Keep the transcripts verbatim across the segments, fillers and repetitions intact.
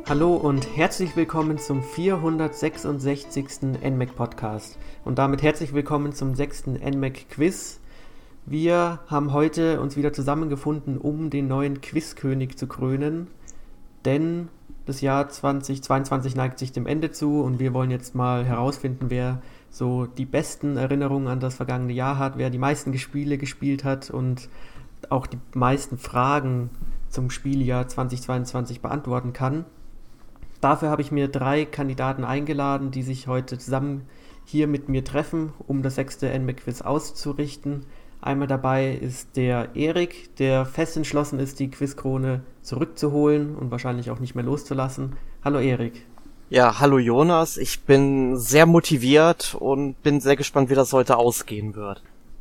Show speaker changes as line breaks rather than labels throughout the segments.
Hallo und herzlich willkommen zum vierhundertsechsundsechzigsten N M A C Podcast und damit herzlich willkommen zum sechsten N M A C Quiz. Wir haben heute uns wieder zusammengefunden, um den neuen Quizkönig zu krönen, denn das Jahr zweitausendzweiundzwanzig neigt sich dem Ende zu und wir wollen jetzt mal herausfinden, wer so die besten Erinnerungen an das vergangene Jahr hat, wer die meisten Spiele gespielt hat und auch die meisten Fragen zum Spieljahr zweitausendzweiundzwanzig beantworten kann. Dafür habe ich mir drei Kandidaten eingeladen, die sich heute zusammen hier mit mir treffen, um das sechste N M A C Quiz auszurichten. Einmal dabei ist der Erik, der fest entschlossen ist, die Quizkrone zurückzuholen und wahrscheinlich auch nicht mehr loszulassen. Hallo Erik.
Ja, hallo Jonas. Ich bin sehr motiviert und bin sehr gespannt, wie das heute ausgehen wird.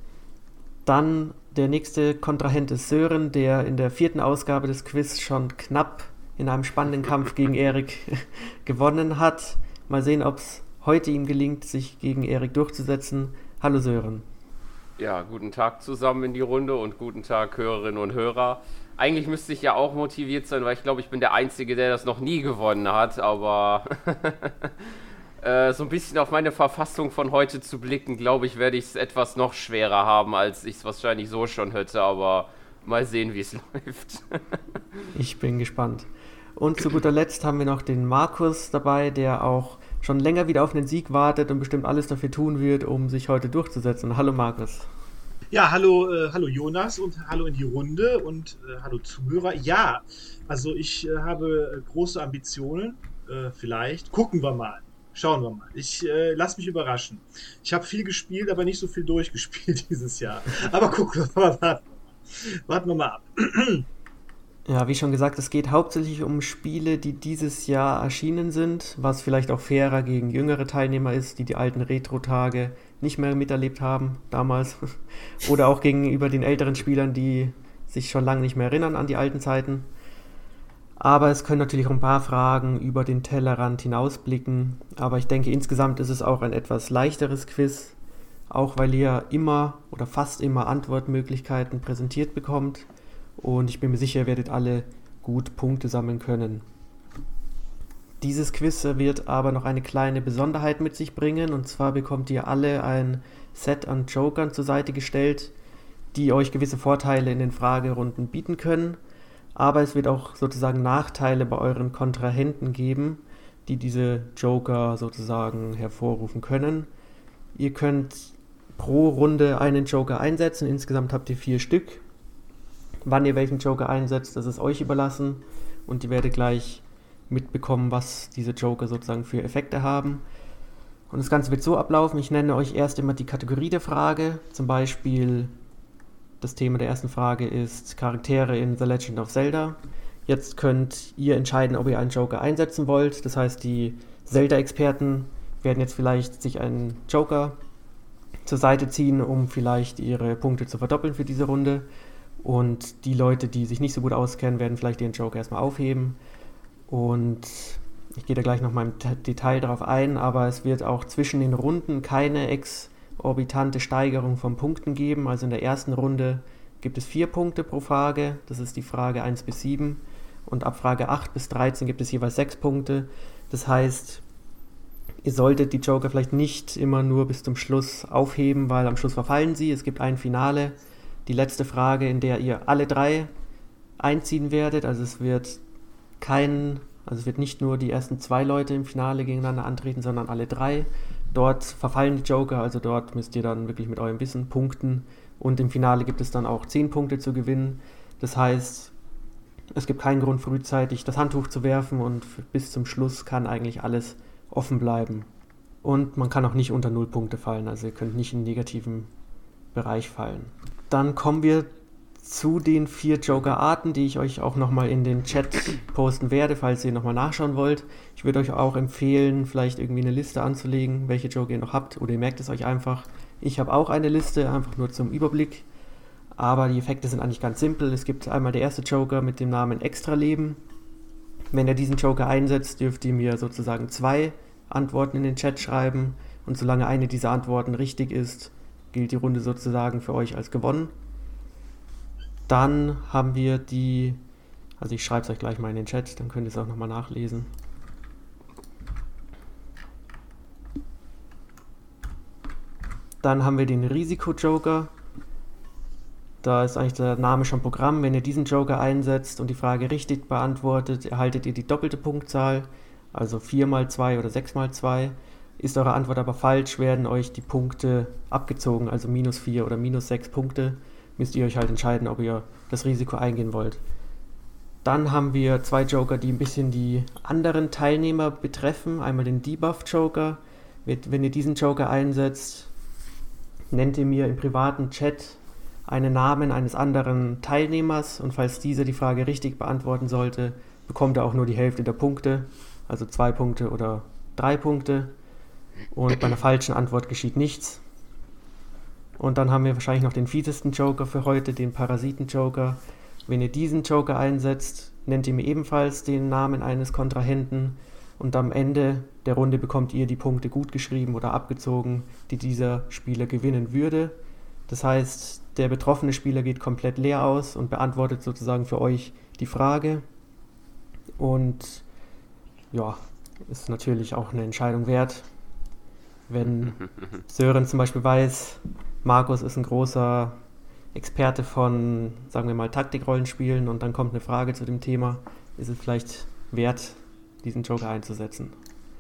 Dann der nächste Kontrahent ist Sören, der in der vierten Ausgabe des Quiz schon knapp in einem spannenden Kampf gegen Erik gewonnen hat. Mal sehen, ob es heute ihm gelingt, sich gegen Erik durchzusetzen. Hallo Sören.
Ja, guten Tag zusammen in die Runde und guten Tag Hörerinnen und Hörer. Eigentlich müsste ich ja auch motiviert sein, weil ich glaube, ich bin der Einzige, der das noch nie gewonnen hat, aber äh, so ein bisschen auf meine Verfassung von heute zu blicken, glaube ich, werde ich es etwas noch schwerer haben, als ich es wahrscheinlich so schon hätte, aber mal sehen, wie es läuft.
Ich bin gespannt. Und zu guter Letzt haben wir noch den Markus dabei, der auch schon länger wieder auf einen Sieg wartet und bestimmt alles dafür tun wird, um sich heute durchzusetzen. Hallo Markus.
Ja, hallo, äh, hallo Jonas und hallo in die Runde und äh, hallo Zuhörer. Ja, also ich äh, habe äh, große Ambitionen, äh, vielleicht. Gucken wir mal. Schauen wir mal. Ich äh, lass mich überraschen. Ich habe viel gespielt, aber nicht so viel durchgespielt dieses Jahr. Aber gucken wir mal. Warten, warten wir mal ab.
Ja, wie schon gesagt, es geht hauptsächlich um Spiele, die dieses Jahr erschienen sind, was vielleicht auch fairer gegen jüngere Teilnehmer ist, die die alten Retro-Tage nicht mehr miterlebt haben damals. Oder auch gegenüber den älteren Spielern, die sich schon lange nicht mehr erinnern an die alten Zeiten. Aber es können natürlich auch ein paar Fragen über den Tellerrand hinausblicken. Aber ich denke, insgesamt ist es auch ein etwas leichteres Quiz, auch weil ihr immer oder fast immer Antwortmöglichkeiten präsentiert bekommt. Und ich bin mir sicher, ihr werdet alle gut Punkte sammeln können. Dieses Quiz wird aber noch eine kleine Besonderheit mit sich bringen. Und zwar bekommt ihr alle ein Set an Jokern zur Seite gestellt, die euch gewisse Vorteile in den Fragerunden bieten können. Aber es wird auch sozusagen Nachteile bei euren Kontrahenten geben, die diese Joker sozusagen hervorrufen können. Ihr könnt pro Runde einen Joker einsetzen. Insgesamt habt ihr vier Stück. Wann ihr welchen Joker einsetzt, das ist euch überlassen und ihr werdet gleich mitbekommen, was diese Joker sozusagen für Effekte haben. Und das Ganze wird so ablaufen, ich nenne euch erst immer die Kategorie der Frage, zum Beispiel das Thema der ersten Frage ist Charaktere in The Legend of Zelda. Jetzt könnt ihr entscheiden, ob ihr einen Joker einsetzen wollt, das heißt die Zelda-Experten werden jetzt vielleicht sich einen Joker zur Seite ziehen, um vielleicht ihre Punkte zu verdoppeln für diese Runde. Und die Leute, die sich nicht so gut auskennen, werden vielleicht den Joker erstmal aufheben. Und ich gehe da gleich noch mal im Detail darauf ein, aber es wird auch zwischen den Runden keine exorbitante Steigerung von Punkten geben. Also in der ersten Runde gibt es vier Punkte pro Frage, das ist die Frage eins bis sieben. Und ab Frage acht bis dreizehn gibt es jeweils sechs Punkte. Das heißt, ihr solltet die Joker vielleicht nicht immer nur bis zum Schluss aufheben, weil am Schluss verfallen sie. Es gibt ein Finale. Die letzte Frage, in der ihr alle drei einziehen werdet, also es wird kein, also es wird nicht nur die ersten zwei Leute im Finale gegeneinander antreten, sondern alle drei. Dort verfallen die Joker, also dort müsst ihr dann wirklich mit eurem Wissen punkten und im Finale gibt es dann auch zehn Punkte zu gewinnen. Das heißt, es gibt keinen Grund, frühzeitig das Handtuch zu werfen und bis zum Schluss kann eigentlich alles offen bleiben. Und man kann auch nicht unter null Punkte fallen, also ihr könnt nicht in negativen Bereich fallen. Dann kommen wir zu den vier Joker-Arten, die ich euch auch nochmal in den Chat posten werde, falls ihr nochmal nachschauen wollt. Ich würde euch auch empfehlen, vielleicht irgendwie eine Liste anzulegen, welche Joker ihr noch habt, oder ihr merkt es euch einfach. Ich habe auch eine Liste, einfach nur zum Überblick, aber die Effekte sind eigentlich ganz simpel. Es gibt einmal der erste Joker mit dem Namen Extra-Leben. Wenn ihr diesen Joker einsetzt, dürft ihr mir sozusagen zwei Antworten in den Chat schreiben und solange eine dieser Antworten richtig ist, gilt die Runde sozusagen für euch als gewonnen. Dann haben wir die Also ich schreibe es euch gleich mal in den Chat, dann könnt ihr es auch nochmal nachlesen. Dann haben wir den Risiko-Joker. Da ist eigentlich der Name schon Programm. Wenn ihr diesen Joker einsetzt und die Frage richtig beantwortet, erhaltet ihr die doppelte Punktzahl, also vier mal zwei oder sechs mal zwei. Ist eure Antwort aber falsch, werden euch die Punkte abgezogen, also minus vier oder minus sechs Punkte. Müsst ihr euch halt entscheiden, ob ihr das Risiko eingehen wollt. Dann haben wir zwei Joker, die ein bisschen die anderen Teilnehmer betreffen. Einmal den Debuff-Joker. Wenn ihr diesen Joker einsetzt, nennt ihr mir im privaten Chat einen Namen eines anderen Teilnehmers und falls dieser die Frage richtig beantworten sollte, bekommt er auch nur die Hälfte der Punkte, also zwei Punkte oder drei Punkte. Und bei einer falschen Antwort geschieht nichts. Und dann haben wir wahrscheinlich noch den fiesesten Joker für heute, den Parasiten-Joker. Wenn ihr diesen Joker einsetzt, nennt ihr mir ebenfalls den Namen eines Kontrahenten und am Ende der Runde bekommt ihr die Punkte gut geschrieben oder abgezogen, die dieser Spieler gewinnen würde. Das heißt, der betroffene Spieler geht komplett leer aus und beantwortet sozusagen für euch die Frage. Und ja, ist natürlich auch eine Entscheidung wert. Wenn Sören zum Beispiel weiß, Markus ist ein großer Experte von, sagen wir mal, Taktikrollenspielen und dann kommt eine Frage zu dem Thema, ist es vielleicht wert, diesen Joker einzusetzen.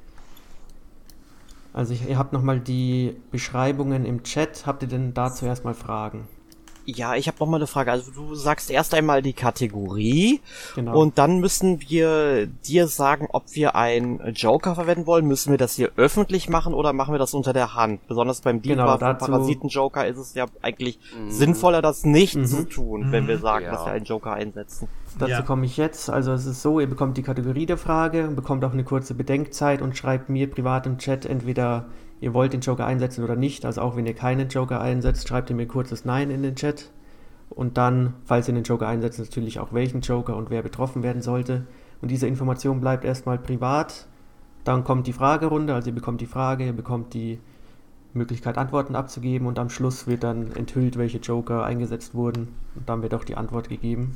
Also ich, ihr habt nochmal die Beschreibungen im Chat. Habt ihr denn dazu erstmal Fragen?
Ja, ich habe noch mal eine Frage. Also du sagst erst einmal die Kategorie
Genau.
Und dann müssen wir dir sagen, ob wir einen Joker verwenden wollen. Müssen wir das hier öffentlich machen oder machen wir das unter der Hand? Besonders beim
Genau,
Debuff
dazu-
und Parasiten-Joker ist es ja eigentlich
Mhm.
sinnvoller, das nicht
Mhm.
zu tun, wenn wir sagen,
Ja.
dass wir einen Joker einsetzen.
Dazu
Ja.
komme ich jetzt. Also es ist so, ihr bekommt die Kategorie der Frage, bekommt auch eine kurze Bedenkzeit und schreibt mir privat im Chat entweder ihr wollt den Joker einsetzen oder nicht. Also auch wenn ihr keinen Joker einsetzt, schreibt ihr mir kurzes Nein in den Chat. Und dann, falls ihr den Joker einsetzt, natürlich auch welchen Joker und wer betroffen werden sollte. Und diese Information bleibt erstmal privat. Dann kommt die Fragerunde, also ihr bekommt die Frage, ihr bekommt die Möglichkeit, Antworten abzugeben und am Schluss wird dann enthüllt, welche Joker eingesetzt wurden. Und dann wird auch die Antwort gegeben.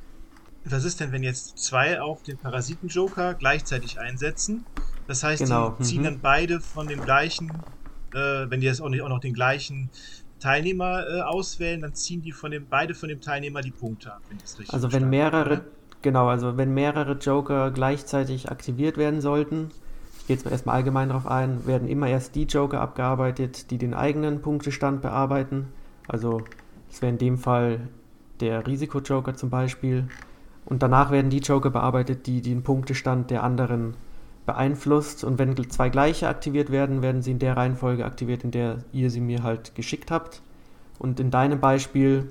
Was ist denn, wenn jetzt zwei auch den Parasiten-Joker gleichzeitig einsetzen? Das heißt,
Genau,
die ziehen
mhm.
dann beide von dem gleichen, äh, wenn die jetzt auch nicht auch noch den gleichen Teilnehmer äh, auswählen, dann ziehen die von dem, beide von dem Teilnehmer die Punkte ab, wenn ich das richtig
Also wenn
verstanden habe,
mehrere,
oder?
genau, also wenn mehrere Joker gleichzeitig aktiviert werden sollten, ich gehe jetzt erstmal allgemein darauf ein, werden immer erst die Joker abgearbeitet, die den eigenen Punktestand bearbeiten. Also das wäre in dem Fall der Risiko-Joker zum Beispiel. Und danach werden die Joker bearbeitet, die den Punktestand der anderen beeinflusst. Und wenn zwei gleiche aktiviert werden, werden sie in der Reihenfolge aktiviert, in der ihr sie mir halt geschickt habt. Und in deinem Beispiel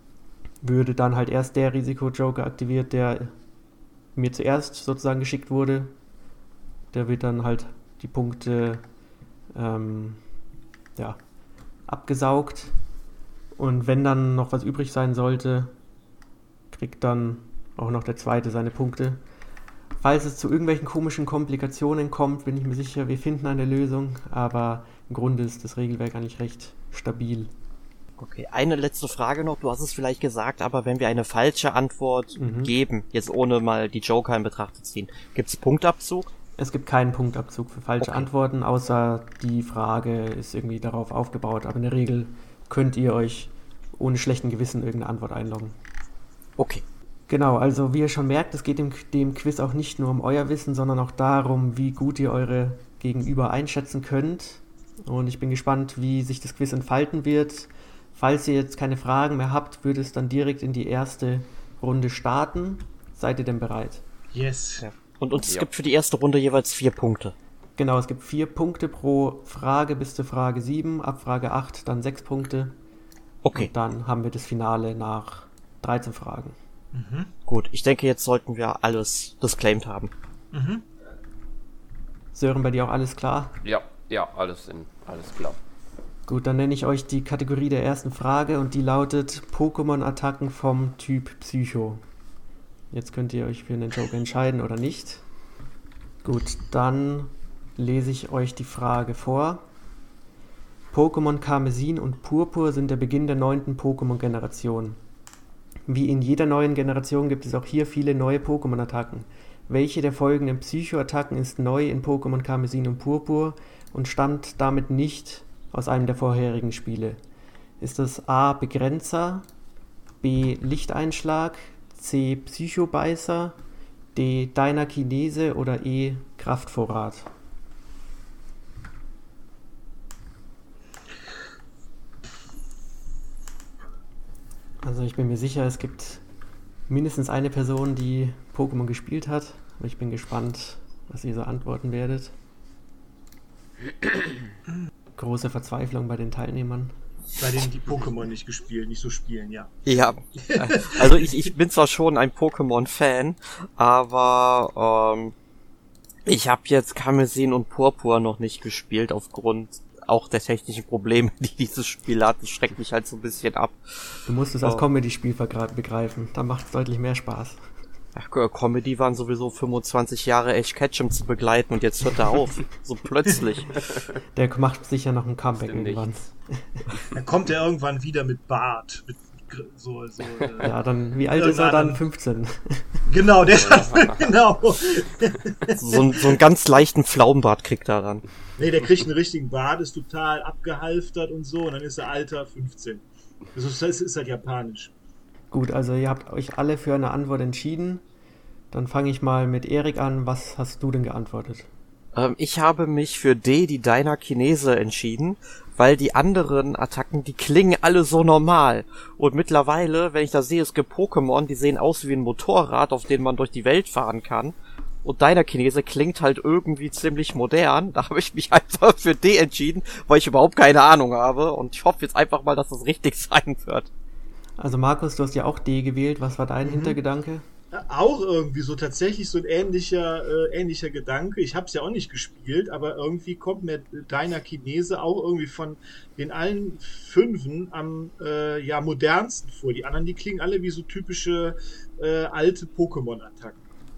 würde dann halt erst der Risiko-Joker aktiviert, der mir zuerst sozusagen geschickt wurde. Der wird dann halt die Punkte ähm, ja, abgesaugt. Und wenn dann noch was übrig sein sollte, kriegt dann auch noch der zweite seine Punkte. Falls es zu irgendwelchen komischen Komplikationen kommt, bin ich mir sicher, wir finden eine Lösung. Aber im Grunde ist das Regelwerk eigentlich recht stabil.
Okay, eine letzte Frage noch. Du hast es vielleicht gesagt, aber wenn wir eine falsche Antwort
Mhm.
geben, jetzt ohne mal die Joker in Betracht zu ziehen, gibt es Punktabzug?
Es gibt keinen Punktabzug für falsche
Okay.
Antworten, außer die Frage ist irgendwie darauf aufgebaut. Aber in der Regel könnt ihr euch ohne schlechten Gewissen irgendeine Antwort einloggen.
Okay.
Genau, also wie ihr schon merkt, es geht dem, dem Quiz auch nicht nur um euer Wissen, sondern auch darum, wie gut ihr eure Gegenüber einschätzen könnt. Und ich bin gespannt, wie sich das Quiz entfalten wird. Falls ihr jetzt keine Fragen mehr habt, würde es dann direkt in die erste Runde starten. Seid ihr denn bereit?
Yes.
Ja. Und, und es
Ja.
gibt für die erste Runde jeweils vier Punkte.
Genau, es gibt vier Punkte pro Frage bis zur Frage sieben, ab Frage acht dann sechs Punkte.
Okay,
Und dann haben wir das Finale nach dreizehn Fragen.
Mhm.
gut. Ich denke, jetzt sollten wir alles disclaimed haben.
Mhm.
Sören, bei dir auch alles klar?
Ja, ja, alles in, alles klar.
Gut, dann nenne ich euch die Kategorie der ersten Frage und die lautet Pokémon-Attacken vom Typ Psycho. Jetzt könnt ihr euch für einen Joker entscheiden oder nicht. Gut, dann lese ich euch die Frage vor. Pokémon Karmesin und Purpur sind der Beginn der neunten Pokémon-Generation. Wie in jeder neuen Generation gibt es auch hier viele neue Pokémon-Attacken. Welche der folgenden Psycho-Attacken ist neu in Pokémon Karmesin und Purpur und stammt damit nicht aus einem der vorherigen Spiele? Ist das A. Begrenzer, B. Lichteinschlag, C. Psychobeißer, D. Dynakinese oder E. Kraftvorrat? Also ich bin mir sicher, es gibt mindestens eine Person, die Pokémon gespielt hat. Aber ich bin gespannt, was ihr so antworten werdet. Große Verzweiflung bei den Teilnehmern.
Bei denen die Pokémon nicht gespielt, nicht so spielen, ja.
Ja, also ich, ich bin zwar schon ein Pokémon-Fan, aber ähm, ich habe jetzt Karmesin und Purpur noch nicht gespielt, aufgrund auch der technischen Probleme, die dieses Spiel hat. Das schreckt mich halt so ein bisschen ab.
Du musst es als Comedy-Spiel begreifen, da macht es deutlich mehr Spaß.
Ja, Comedy waren sowieso fünfundzwanzig Jahre Ash Ketchum zu begleiten und jetzt hört er auf. So plötzlich.
Der macht sicher noch ein Comeback irgendwann.
Dann kommt er irgendwann wieder mit Bart. Mit so, so, äh,
ja, dann, wie alt ist er dann? fünfzehn.
Genau, der hat, genau.
So, ein, so einen ganz leichten Pflaumenbart kriegt er dann.
Nee, der kriegt einen richtigen Bart, ist total abgehalftert und so, und dann ist er Alter fünfzehn. Das ist, das ist halt japanisch.
Gut, also ihr habt euch alle für eine Antwort entschieden. Dann fange ich mal mit Erik an. Was hast du denn geantwortet?
Ähm, ich habe mich für D, die Dynakinese, entschieden, weil die anderen Attacken, die klingen alle so normal. Und mittlerweile, wenn ich da sehe, es gibt Pokémon, die sehen aus wie ein Motorrad, auf dem man durch die Welt fahren kann. Und Dynakinese klingt halt irgendwie ziemlich modern. Da habe ich mich einfach für D entschieden, weil ich überhaupt keine Ahnung habe. Und ich hoffe jetzt einfach mal, dass das richtig sein wird.
Also Markus, du hast ja auch D gewählt. Was war dein mhm. Hintergedanke?
Auch irgendwie so tatsächlich so ein ähnlicher, äh, ähnlicher Gedanke. Ich habe es ja auch nicht gespielt, aber irgendwie kommt mir Dynakinese auch irgendwie von den allen Fünfen am äh, ja, modernsten vor. Die anderen, die klingen alle wie so typische äh, alte Pokémon-Attacken.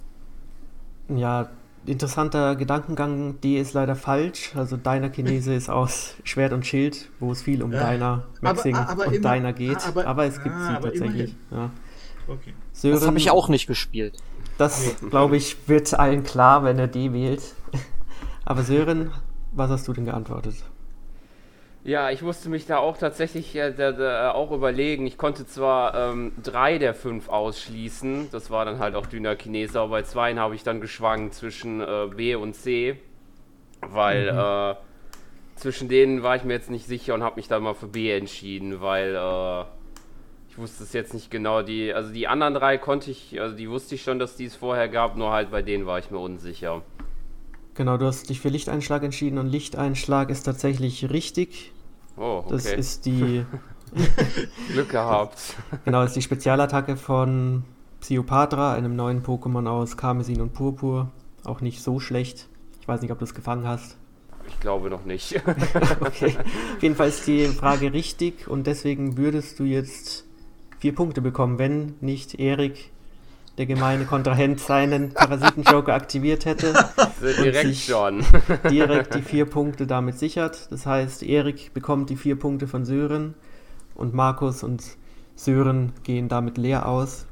Ja, interessanter Gedankengang. D ist leider falsch. Also Dynakinese ist aus Schwert und Schild, wo es viel um ja. Dyna, Maxing aber, aber und immer, Dyna geht. Aber, aber es gibt ah, sie tatsächlich. Ja.
Okay.
Sören, das habe ich auch nicht gespielt.
Das, glaube ich, wird allen klar, wenn er D wählt. Aber Sören, was hast du denn geantwortet?
Ja, ich musste mich da auch tatsächlich äh, da, da auch überlegen. Ich konnte zwar ähm, drei der fünf ausschließen, das war dann halt auch Dynakinese, aber bei zweien habe ich dann geschwankt zwischen äh, B und C, weil mhm. äh, zwischen denen war ich mir jetzt nicht sicher und habe mich dann mal für B entschieden, weil äh, ich wusste es jetzt nicht genau. Die, also die anderen drei konnte ich, also die wusste ich schon, dass die es vorher gab, nur halt bei denen war ich mir unsicher.
Genau, du hast dich für Lichteinschlag entschieden und Lichteinschlag ist tatsächlich richtig.
Oh, okay.
Das ist die...
Glück gehabt.
Genau, das ist die Spezialattacke von Psyopatra, einem neuen Pokémon aus Karmesin und Purpur. Auch nicht so schlecht. Ich weiß nicht, ob du es gefangen hast.
Ich glaube noch nicht.
Okay. Auf jeden Fall ist die Frage richtig und deswegen würdest du jetzt vier Punkte bekommen, wenn nicht Erik, der gemeine Kontrahent, seinen Parasitenjoker aktiviert hätte.
Also direkt schon.
Direkt die vier Punkte damit sichert. Das heißt, Erik bekommt die vier Punkte von Sören und Markus und Sören gehen damit leer aus.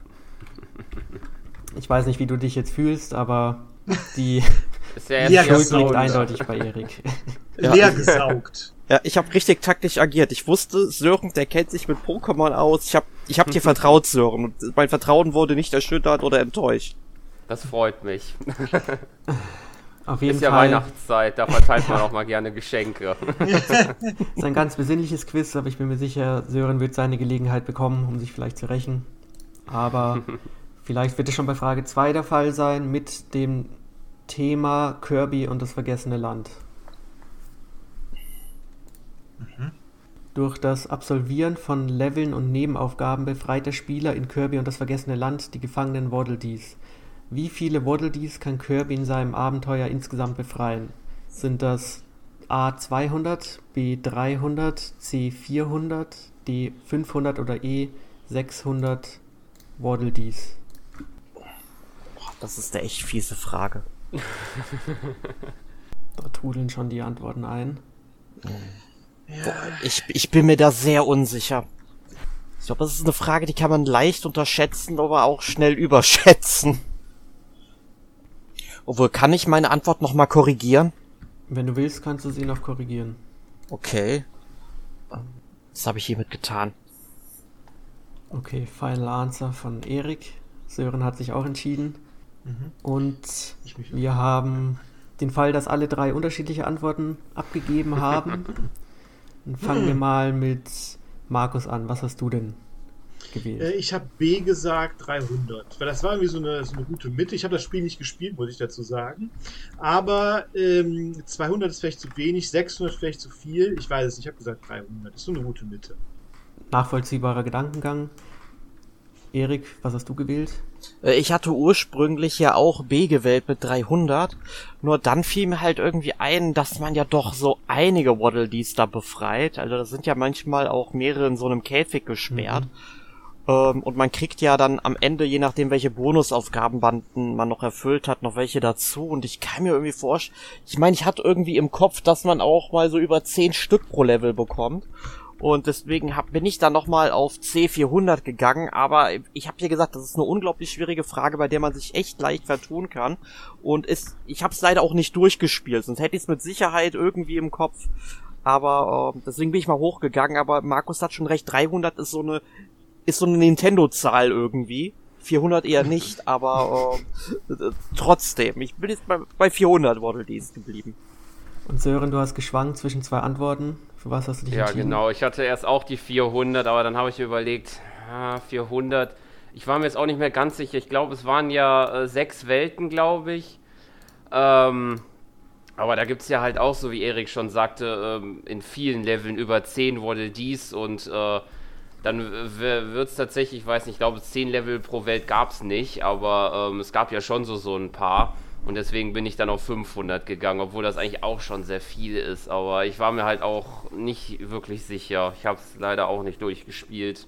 Ich weiß nicht, wie du dich jetzt fühlst, aber die
ja
Schuld liegt eindeutig bei Erik.
Ja. Leer gesaugt.
Ja, ich habe richtig taktisch agiert. Ich wusste, Sören, der kennt sich mit Pokémon aus. Ich habe ich hab dir vertraut, Sören. Und mein Vertrauen wurde nicht erschüttert oder enttäuscht.
Das freut mich.
Auf jeden
ist ja
Fall.
Weihnachtszeit, da verteilt man auch mal gerne Geschenke.
Das ist ein ganz besinnliches Quiz, aber ich bin mir sicher, Sören wird seine Gelegenheit bekommen, um sich vielleicht zu rächen. Aber vielleicht wird es schon bei Frage zwei der Fall sein mit dem Thema Kirby und das vergessene Land. Mhm. Durch das Absolvieren von Leveln und Nebenaufgaben befreit der Spieler in Kirby und das vergessene Land die gefangenen Waddle Dees. Wie viele Waddle Dees kann Kirby in seinem Abenteuer insgesamt befreien? Sind das A zweihundert, B dreihundert, C vierhundert, D fünfhundert oder E sechshundert Waddle Dees?
Das ist eine echt fiese Frage.
Da trudeln schon die Antworten ein.
Ja. Ich, ich bin mir da sehr unsicher. Ich glaube, das ist eine Frage, die kann man leicht unterschätzen, aber auch schnell überschätzen. Obwohl, kann ich meine Antwort nochmal korrigieren?
Wenn du willst, kannst du sie noch korrigieren.
Okay. Das habe ich hiermit getan.
Okay, Final Answer von Erik. Sören hat sich auch entschieden.
Mhm.
Und
Ich mich
wir haben den Fall, dass alle drei unterschiedliche Antworten abgegeben haben. Dann fangen wir mal mit Markus an. Was hast du denn gewählt?
Äh, ich habe B gesagt dreihundert, weil das war irgendwie so eine, so eine gute Mitte. Ich habe das Spiel nicht gespielt, muss ich dazu sagen. Aber ähm, zweihundert ist vielleicht zu wenig, sechshundert vielleicht zu viel. Ich weiß es nicht, ich habe gesagt dreihundert. Das ist so eine gute Mitte.
Nachvollziehbarer Gedankengang. Erik, was hast du gewählt?
Ich hatte ursprünglich ja auch B gewählt mit dreihundert, nur dann fiel mir halt irgendwie ein, dass man ja doch so einige Waddle Dees da befreit, also das sind ja manchmal auch mehrere in so einem Käfig gesperrt, mhm. ähm, und man kriegt ja dann am Ende, je nachdem welche Bonusaufgabenbanden man noch erfüllt hat, noch welche dazu, und ich kann mir irgendwie vorstellen, ich meine, ich hatte irgendwie im Kopf, dass man auch mal so über zehn Stück pro Level bekommt. Und deswegen hab, bin ich dann nochmal auf C vierhundert gegangen, aber ich habe ja gesagt, das ist eine unglaublich schwierige Frage, bei der man sich echt leicht vertun kann. Und ist, ich habe es leider auch nicht durchgespielt, sonst hätte ich es mit Sicherheit irgendwie im Kopf. Aber äh, deswegen bin ich mal hochgegangen, aber Markus hat schon recht, dreihundert ist so eine ist so eine Nintendo-Zahl irgendwie. vierhundert eher nicht, aber äh, trotzdem, ich bin jetzt bei, bei vierhundert Waddle Dees geblieben.
Und Sören, du hast geschwankt zwischen zwei Antworten. Für was hast du dich
Ja,
entschieden?
genau. Ich hatte erst auch die vierhundert, aber dann habe ich überlegt, ah, vierhundert. Ich war mir jetzt auch nicht mehr ganz sicher. Ich glaube, es waren ja äh, sechs Welten, glaube ich. Ähm, aber da gibt es ja halt auch, so wie Erik schon sagte, ähm, in vielen Leveln über zehn Waddle Dees und äh, dann wird es tatsächlich, ich weiß nicht, ich glaube, zehn Level pro Welt gab es nicht, aber ähm, es gab ja schon so, so ein paar. Und deswegen bin ich dann auf fünfhundert gegangen, obwohl das eigentlich auch schon sehr viel ist. Aber ich war mir halt auch nicht wirklich sicher. Ich habe es leider auch nicht durchgespielt.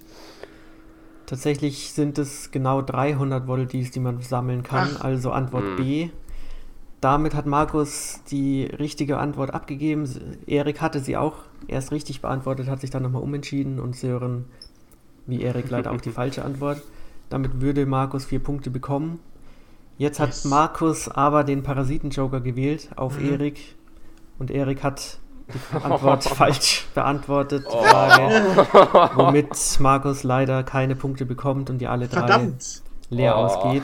Tatsächlich sind es genau dreihundert Waddle Dees, die man sammeln kann. Ach. Also Antwort hm. B. Damit hat Markus die richtige Antwort abgegeben. Erik hatte sie auch erst richtig beantwortet, hat sich dann nochmal umentschieden. Und Sören, wie Erik, leider auch die falsche Antwort. Damit würde Markus vier Punkte bekommen. Jetzt hat yes. Markus aber den Parasiten-Joker gewählt auf mhm. Erik. Und Erik hat die Antwort falsch beantwortet.
Oh.
Frage, womit Markus leider keine Punkte bekommt und die alle drei
Verdammt.
leer
oh.
ausgeht.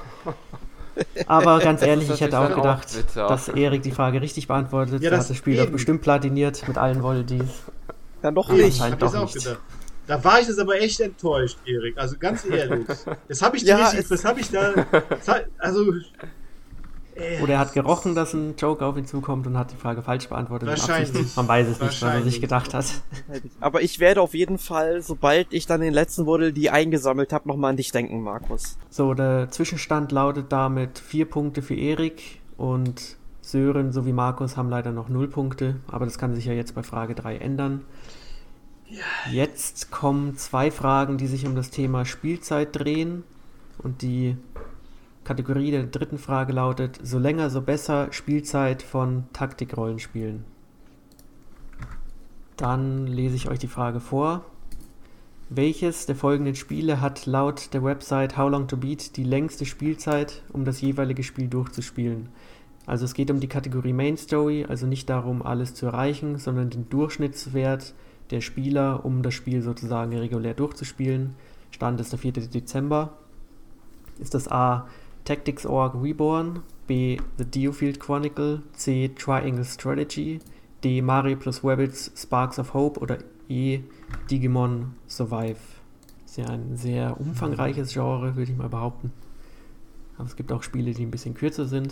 Aber ganz ehrlich, ich hätte auch gedacht, auch dass Erik die Frage richtig beantwortet.
Ja,
Er hat das Spiel doch bestimmt platiniert mit allen Waddle Dees.
Ja, noch nicht.
Ich
doch
auch
nicht.
Gedacht. Da war ich jetzt aber echt enttäuscht, Erik. Also ganz ehrlich. Das habe ich
ja,
richtig, was habe ich da. Also.
Äh, Oder er hat gerochen, dass ein Joker auf ihn zukommt und hat die Frage falsch beantwortet.
Wahrscheinlich.
Man weiß es nicht, was er sich gedacht hat.
Aber ich werde auf jeden Fall, sobald ich dann den letzten Waddle Dee eingesammelt habe, nochmal an dich denken, Markus.
So, der Zwischenstand lautet damit vier Punkte für Erik und Sören sowie Markus haben leider noch null Punkte, aber das kann sich ja jetzt bei Frage drei ändern. Jetzt kommen zwei Fragen, die sich um das Thema Spielzeit drehen und die Kategorie der dritten Frage lautet: So länger, so besser, Spielzeit von Taktikrollenspielen. Dann lese ich euch die Frage vor. Welches der folgenden Spiele hat laut der Website How Long to Beat die längste Spielzeit, um das jeweilige Spiel durchzuspielen? Also es geht um die Kategorie Main Story, also nicht darum, alles zu erreichen, sondern den Durchschnittswert der Spieler, um das Spiel sozusagen regulär durchzuspielen. Stand ist der vierte Dezember. Ist das A. Tactics Org Reborn, B. The Diofield Chronicle, C. Triangle Strategy, D. Mario plus Rabbids Sparks of Hope oder E. Digimon Survive. Ist ja ein sehr umfangreiches Genre, würde ich mal behaupten. Aber es gibt auch Spiele, die ein bisschen kürzer sind.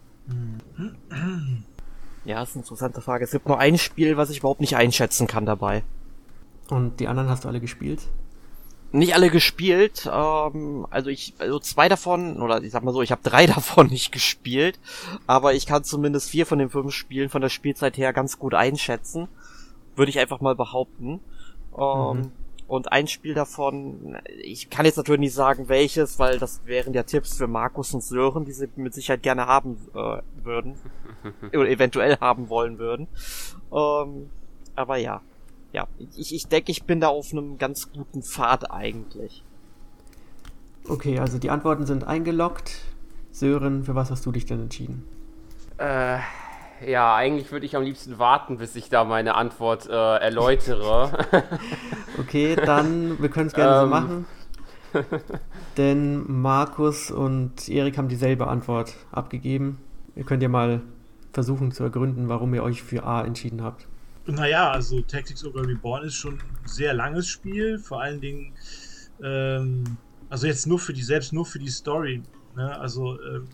Ja, das ist eine interessante Frage. Es gibt nur ein Spiel, was ich überhaupt nicht einschätzen kann dabei.
Und die anderen hast du alle gespielt?
Nicht alle gespielt. Ähm, also ich, also zwei davon, oder ich sag mal so, ich habe drei davon nicht gespielt. Aber ich kann zumindest vier von den fünf Spielen von der Spielzeit her ganz gut einschätzen. Würde ich einfach mal behaupten. Ähm, mhm. Und ein Spiel davon, ich kann jetzt natürlich nicht sagen, welches, weil das wären ja Tipps für Markus und Sören, die sie mit Sicherheit gerne haben äh, würden. Oder eventuell haben wollen würden. Ähm, aber ja. ja, ich, ich denke, ich bin da auf einem ganz guten Pfad eigentlich.
Okay, also die Antworten sind eingeloggt. Sören, für was hast du dich denn entschieden?
Äh, ja, eigentlich würde ich am liebsten warten, bis ich da meine Antwort äh, erläutere.
Okay, dann, wir können es gerne so
Ähm.
machen. Denn Markus und Erik haben dieselbe Antwort abgegeben. Ihr könnt ja mal versuchen zu ergründen, warum ihr euch für A entschieden habt.
Naja, also Tactics Ogre Reborn ist schon ein sehr langes Spiel, vor allen Dingen, ähm, also jetzt nur für die, selbst nur für die Story, ne? Also ähm,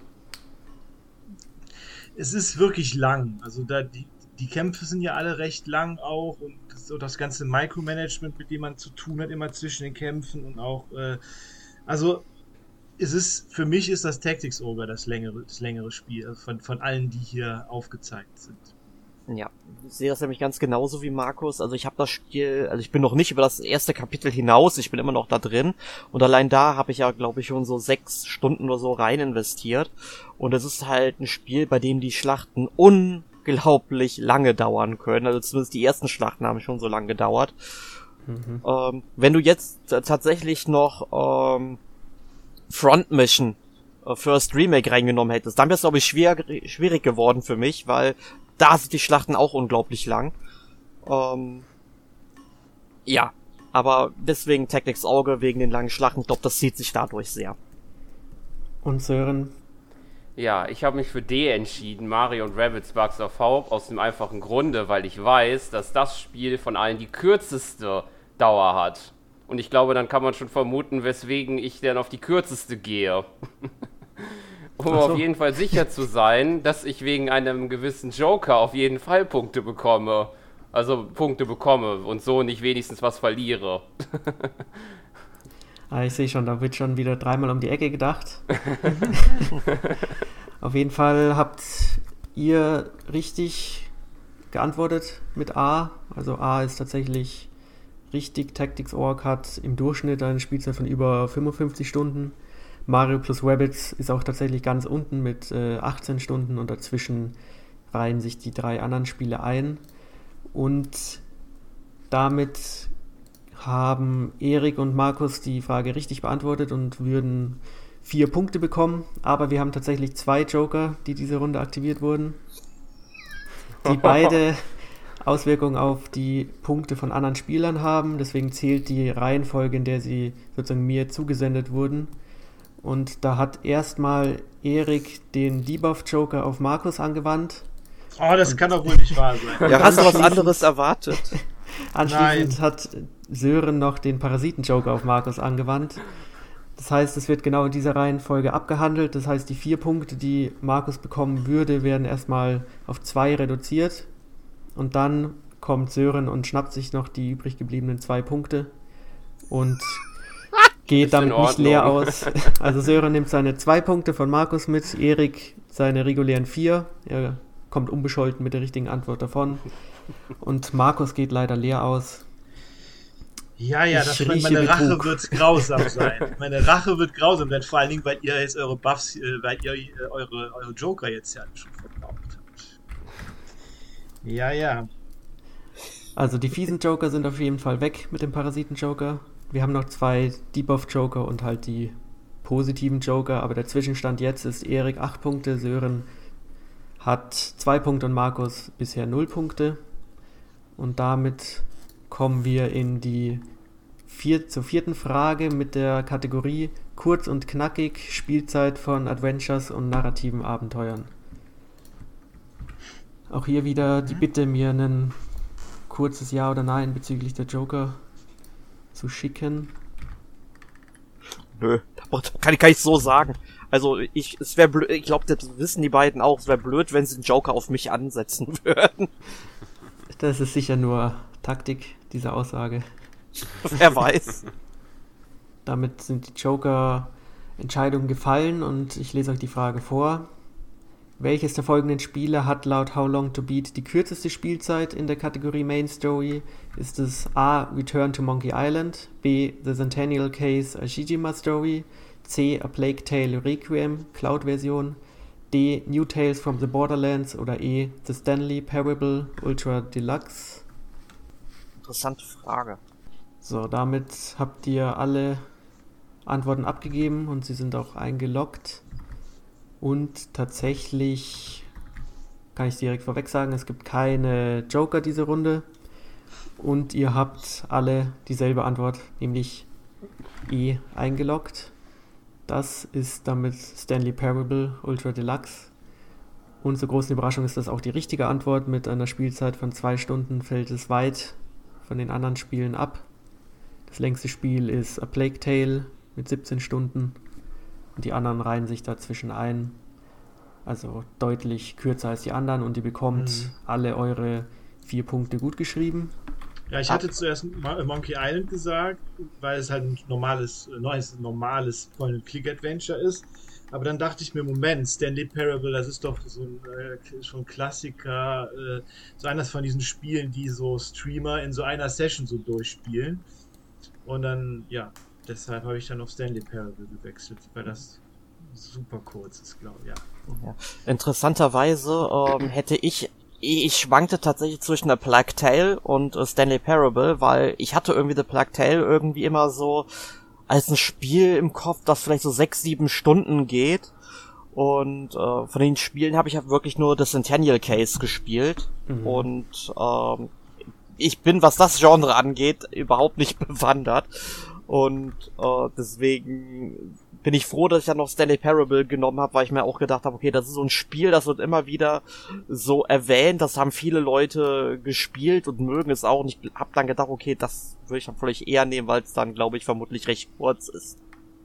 es ist wirklich lang, also da die, die Kämpfe sind ja alle recht lang auch und so das ganze Micromanagement, mit dem man zu tun hat, immer zwischen den Kämpfen und auch, äh, also es ist, für mich ist das Tactics Ogre das längere, das längere Spiel, also von, von allen, die hier aufgezeigt sind.
Ja, ich sehe das nämlich ganz genauso wie Markus. Also ich habe das Spiel, also ich bin noch nicht über das erste Kapitel hinaus, ich bin immer noch da drin. Und allein da habe ich ja, glaube ich, schon so sechs Stunden oder so rein investiert. Und es ist halt ein Spiel, bei dem die Schlachten unglaublich lange dauern können. Also zumindest die ersten Schlachten haben schon so lange gedauert. Mhm. Ähm, wenn du jetzt t- tatsächlich noch ähm, Front Mission äh, First Remake reingenommen hättest, dann wäre es, glaube ich, schwer, schwierig geworden für mich, weil da sind die Schlachten auch unglaublich lang. Ähm, ja, aber deswegen Tactics Auge, wegen den langen Schlachten, ich glaube, das zieht sich dadurch sehr.
Und Sören?
Ja, ich habe mich für D entschieden, Mario und Rabbids Bugs of Hope, aus dem einfachen Grunde, weil ich weiß, dass das Spiel von allen die kürzeste Dauer hat. Und ich glaube, dann kann man schon vermuten, weswegen ich dann auf die kürzeste gehe. Um
Ach so.
auf jeden Fall sicher zu sein, dass ich wegen einem gewissen Joker auf jeden Fall Punkte bekomme. Also Punkte bekomme und so nicht wenigstens was verliere.
Ah, ich sehe schon, da wird schon wieder dreimal um die Ecke gedacht. Auf jeden Fall habt ihr richtig geantwortet mit A. Also A ist tatsächlich richtig. Tactics Org hat im Durchschnitt eine Spielzeit von über fünfundfünfzig Stunden. Mario plus Rabbids ist auch tatsächlich ganz unten mit äh, achtzehn Stunden und dazwischen reihen sich die drei anderen Spiele ein. Und damit haben Erik und Markus die Frage richtig beantwortet und würden vier Punkte bekommen. Aber wir haben tatsächlich zwei Joker, die diese Runde aktiviert wurden, die beide Auswirkungen auf die Punkte von anderen Spielern haben. Deswegen zählt die Reihenfolge, in der sie sozusagen mir zugesendet wurden. Und da hat erstmal Erik den Debuff-Joker auf Markus angewandt.
Oh, das und kann doch wohl nicht wahr sein.
Ja, hast du was anderes erwartet?
Anschließend
Nein.
hat Sören noch den Parasiten-Joker auf Markus angewandt. Das heißt, es wird genau in dieser Reihenfolge abgehandelt. Das heißt, die vier Punkte, die Markus bekommen würde, werden erstmal auf zwei reduziert. Und dann kommt Sören und schnappt sich noch die übrig gebliebenen zwei Punkte. Und geht
Ist in
damit nicht
Ordnung.
leer aus. Also Sören nimmt seine zwei Punkte von Markus mit, Erik seine regulären vier. Er kommt unbescholten mit der richtigen Antwort davon. Und Markus geht leider leer aus.
Ja, ja,
Ich
das, meine,
rieche
meine Rache
Betrug.
wird grausam sein. Meine Rache wird grausam sein, vor allen Dingen, weil ihr jetzt eure Buffs, äh, weil ihr äh, eure, eure Joker jetzt ja schon verbraucht habt. Ja, ja.
Also die fiesen Joker sind auf jeden Fall weg mit dem Parasiten-Joker. Wir haben noch zwei Debuff-Joker und halt die positiven Joker, aber der Zwischenstand jetzt ist Erik acht Punkte, Sören hat zwei Punkte und Markus bisher null Punkte. Und damit kommen wir in die vier, zur vierten Frage mit der Kategorie kurz und knackig, Spielzeit von Adventures und narrativen Abenteuern. Auch hier wieder die Bitte, mir ein kurzes Ja oder Nein bezüglich der Joker zu schicken.
Nö, kann ich gar nicht so sagen. Also ich, es wäre blöd, ich glaube, das wissen die beiden auch, es wäre blöd, wenn sie den Joker auf mich ansetzen würden.
Das ist sicher nur Taktik, diese Aussage.
Wer weiß.
Damit sind die Joker-Entscheidungen gefallen und ich lese euch die Frage vor. Welches der folgenden Spiele hat laut How Long to Beat die kürzeste Spielzeit in der Kategorie Main Story? Ist es A. Return to Monkey Island, B. The Centennial Case Ashijima Story, C. A Plague Tale Requiem, Cloud-Version, D. New Tales from the Borderlands oder E. The Stanley Parable Ultra Deluxe?
Interessante Frage.
So, damit habt ihr alle Antworten abgegeben und sie sind auch eingeloggt. Und tatsächlich kann ich direkt vorweg sagen, es gibt keine Joker diese Runde. Und ihr habt alle dieselbe Antwort, nämlich E eingeloggt. Das ist damit Stanley Parable Ultra Deluxe. Und zur großen Überraschung ist das auch die richtige Antwort. Mit einer Spielzeit von zwei Stunden fällt es weit von den anderen Spielen ab. Das längste Spiel ist A Plague Tale mit siebzehn Stunden. Und die anderen reihen sich dazwischen ein. Also deutlich kürzer als die anderen. Und ihr bekommt mhm. alle eure vier Punkte gut geschrieben.
Ja, ich hatte zuerst Monkey Island gesagt, weil es halt ein normales, neues, normales Point-and-Click-Adventure ist. Aber dann dachte ich mir, Moment, Stanley Parable, das ist doch so ein äh, schon ein Klassiker, äh, so eines von diesen Spielen, die so Streamer in so einer Session so durchspielen. Und dann, ja, deshalb habe ich dann auf Stanley Parable gewechselt, weil das super kurz ist, glaube ich, ja.
Ja. Interessanterweise ähm, hätte ich Ich schwankte tatsächlich zwischen A Plague Tale und uh, Stanley Parable, weil ich hatte irgendwie The Plague Tale irgendwie immer so als ein Spiel im Kopf, das vielleicht so sechs, sieben Stunden geht. Und äh, von den Spielen habe ich ja wirklich nur The Centennial Case gespielt. Mhm. Und ähm, ich bin, was das Genre angeht, überhaupt nicht bewandert. Und äh, deswegen bin ich froh, dass ich dann noch Stanley Parable genommen habe, weil ich mir auch gedacht habe, okay, das ist so ein Spiel, das wird immer wieder so erwähnt, das haben viele Leute gespielt und mögen es auch. Und ich habe dann gedacht, okay, das würde ich dann vielleicht eher nehmen, weil es dann, glaube ich, vermutlich recht kurz ist.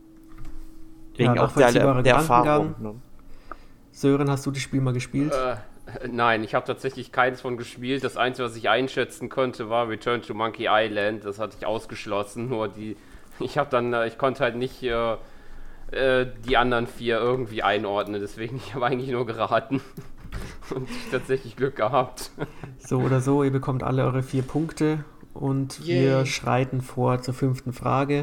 Wegen
ja,
auch der, der Erfahrung. Ne?
Sören, hast du das Spiel mal gespielt?
Äh, nein, ich habe tatsächlich keins von gespielt. Das Einzige, was ich einschätzen konnte, war Return to Monkey Island. Das hatte ich ausgeschlossen. Nur die, ich habe dann, ich konnte halt nicht äh, die anderen vier irgendwie einordnen. Deswegen, ich habe eigentlich nur geraten. Und tatsächlich Glück gehabt.
So oder so, ihr bekommt alle eure vier Punkte. Und Yay. Wir schreiten vor zur fünften Frage,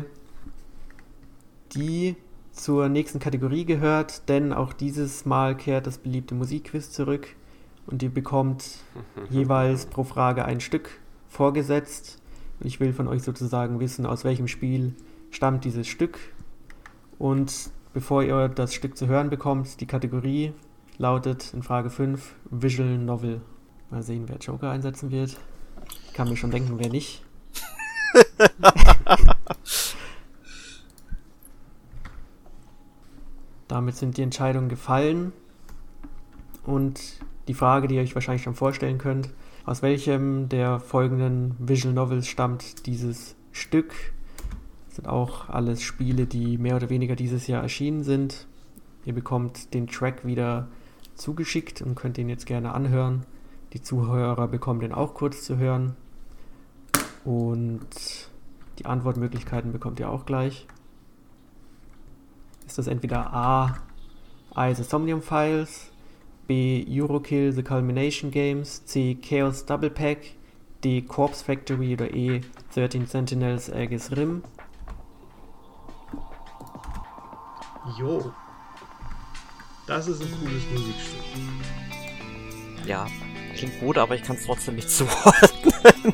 die zur nächsten Kategorie gehört, denn auch dieses Mal kehrt das beliebte Musikquiz zurück und ihr bekommt jeweils pro Frage ein Stück vorgesetzt. Und ich will von euch sozusagen wissen, aus welchem Spiel stammt dieses Stück. Und bevor ihr das Stück zu hören bekommt, die Kategorie lautet in Frage fünf Visual Novel. Mal sehen, wer Joker einsetzen wird. Ich kann mir schon denken, wer nicht. Damit sind die Entscheidungen gefallen. Und die Frage, die ihr euch wahrscheinlich schon vorstellen könnt, aus welchem der folgenden Visual Novels stammt dieses Stück? Das sind auch alles Spiele, die mehr oder weniger dieses Jahr erschienen sind. Ihr bekommt den Track wieder zugeschickt und könnt den jetzt gerne anhören. Die Zuhörer bekommen den auch kurz zu hören. Und die Antwortmöglichkeiten bekommt ihr auch gleich. Ist das entweder A. I The Somnium Files, B. Eurokill The Culmination Games, C. Chaos Double Pack, D. Corpse Factory oder E. thirteen Sentinels Aegis Rim?
Jo. Das ist ein cooles Musikstück.
Ja, klingt gut, aber ich kann es trotzdem nicht zuordnen.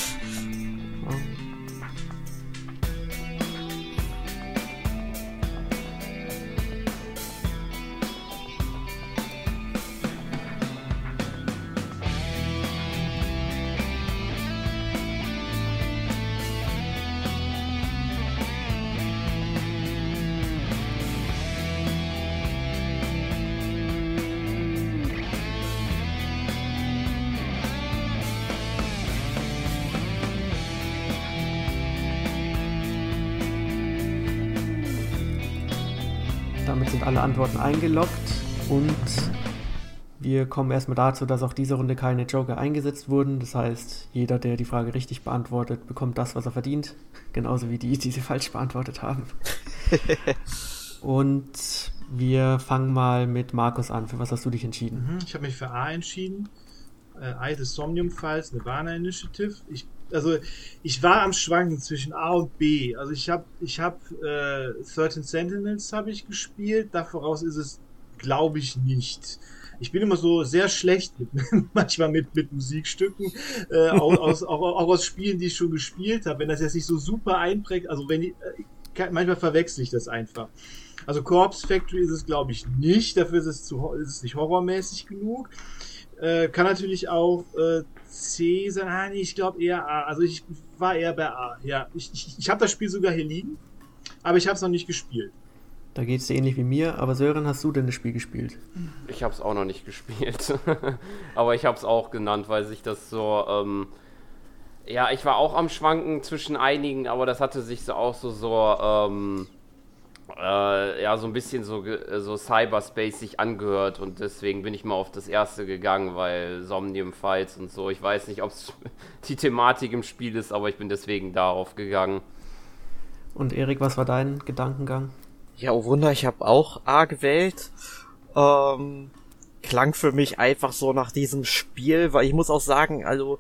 Damit sind alle Antworten eingeloggt und wir kommen erstmal dazu, dass auch diese Runde keine Joker eingesetzt wurden. Das heißt, jeder, der die Frage richtig beantwortet, bekommt das, was er verdient. Genauso wie die, die sie falsch beantwortet haben. Und wir fangen mal mit Markus an. Für was hast du dich entschieden?
Ich habe mich für A entschieden. Äh, I The Somnium Files, Nirvana Initiative. Ich Also ich war am Schwanken zwischen A und B. Also ich habe ich hab, äh, thirteen Sentinels habe ich gespielt. Da voraus ist es, glaube ich, nicht. Ich bin immer so sehr schlecht mit, manchmal mit, mit Musikstücken, äh, aus, auch, auch aus Spielen, die ich schon gespielt habe. Wenn das jetzt nicht so super einprägt, also wenn ich, äh, manchmal verwechsel ich das einfach. Also Corpse Factory ist es, glaube ich, nicht. Dafür ist es, zu, ist es nicht horrormäßig genug. Äh, kann natürlich auch äh, C sein. Ah, nee, ich glaube eher A. Also ich war eher bei A. Ja, ich, ich, ich habe das Spiel sogar hier liegen, aber ich habe es noch nicht gespielt.
Da geht es dir ähnlich wie mir, aber Sören, hast du denn das Spiel gespielt?
Ich habe es auch noch nicht gespielt, aber ich habe es auch genannt, weil sich das so, ähm, ja, ich war auch am Schwanken zwischen einigen, aber das hatte sich so auch so, so, ähm, äh, ja, so ein bisschen so, so cyberspacig angehört und deswegen bin ich mal auf das erste gegangen, weil Somnium Files und so, ich weiß nicht, ob es die Thematik im Spiel ist, aber ich bin deswegen darauf gegangen.
Und Erik, was war dein Gedankengang?
Ja, oh Wunder, ich habe auch A gewählt. Ähm, klang für mich einfach so nach diesem Spiel, weil ich muss auch sagen, also,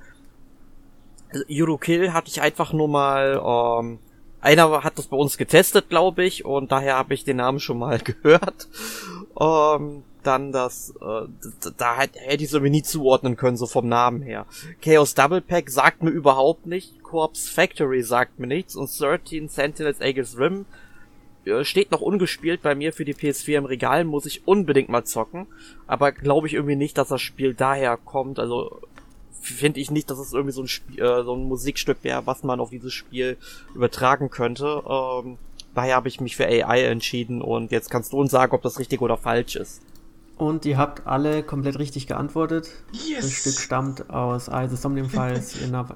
also Eurokill hatte ich einfach nur mal, ähm, einer hat das bei uns getestet, glaube ich, und daher habe ich den Namen schon mal gehört. Ähm, dann das, äh, da hätte ich es irgendwie nie zuordnen können, so vom Namen her. Chaos Double Pack sagt mir überhaupt nicht, Corpse Factory sagt mir nichts und dreizehn Sentinels Aegis Rim steht noch ungespielt bei mir für die P S vier im Regal, muss ich unbedingt mal zocken, aber glaube ich irgendwie nicht, dass das Spiel daher kommt, also finde ich nicht, dass es irgendwie so ein Spiel, äh, so ein Musikstück wäre, was man auf dieses Spiel übertragen könnte, ähm, daher habe ich mich für A I entschieden und jetzt kannst du uns sagen, ob das richtig oder falsch ist.
Und ihr habt alle komplett richtig geantwortet.
Yes!
Das Stück stammt aus The Somnium Files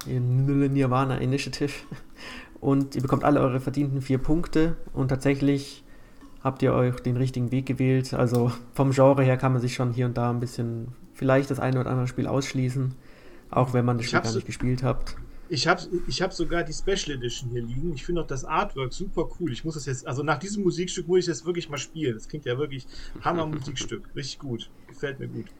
in Nirvana Initiative. Und ihr bekommt alle eure verdienten vier Punkte. Und tatsächlich habt ihr euch den richtigen Weg gewählt. Also vom Genre her kann man sich schon hier und da ein bisschen vielleicht das eine oder andere Spiel ausschließen. Auch wenn man das Spiel gar nicht gespielt habt.
Ich habe ich hab sogar die Special Edition hier liegen. Ich finde auch das Artwork super cool. Ich muss das jetzt, also nach diesem Musikstück muss ich das wirklich mal spielen. Das klingt ja wirklich Hammer-Musikstück. Richtig gut. Gefällt mir gut.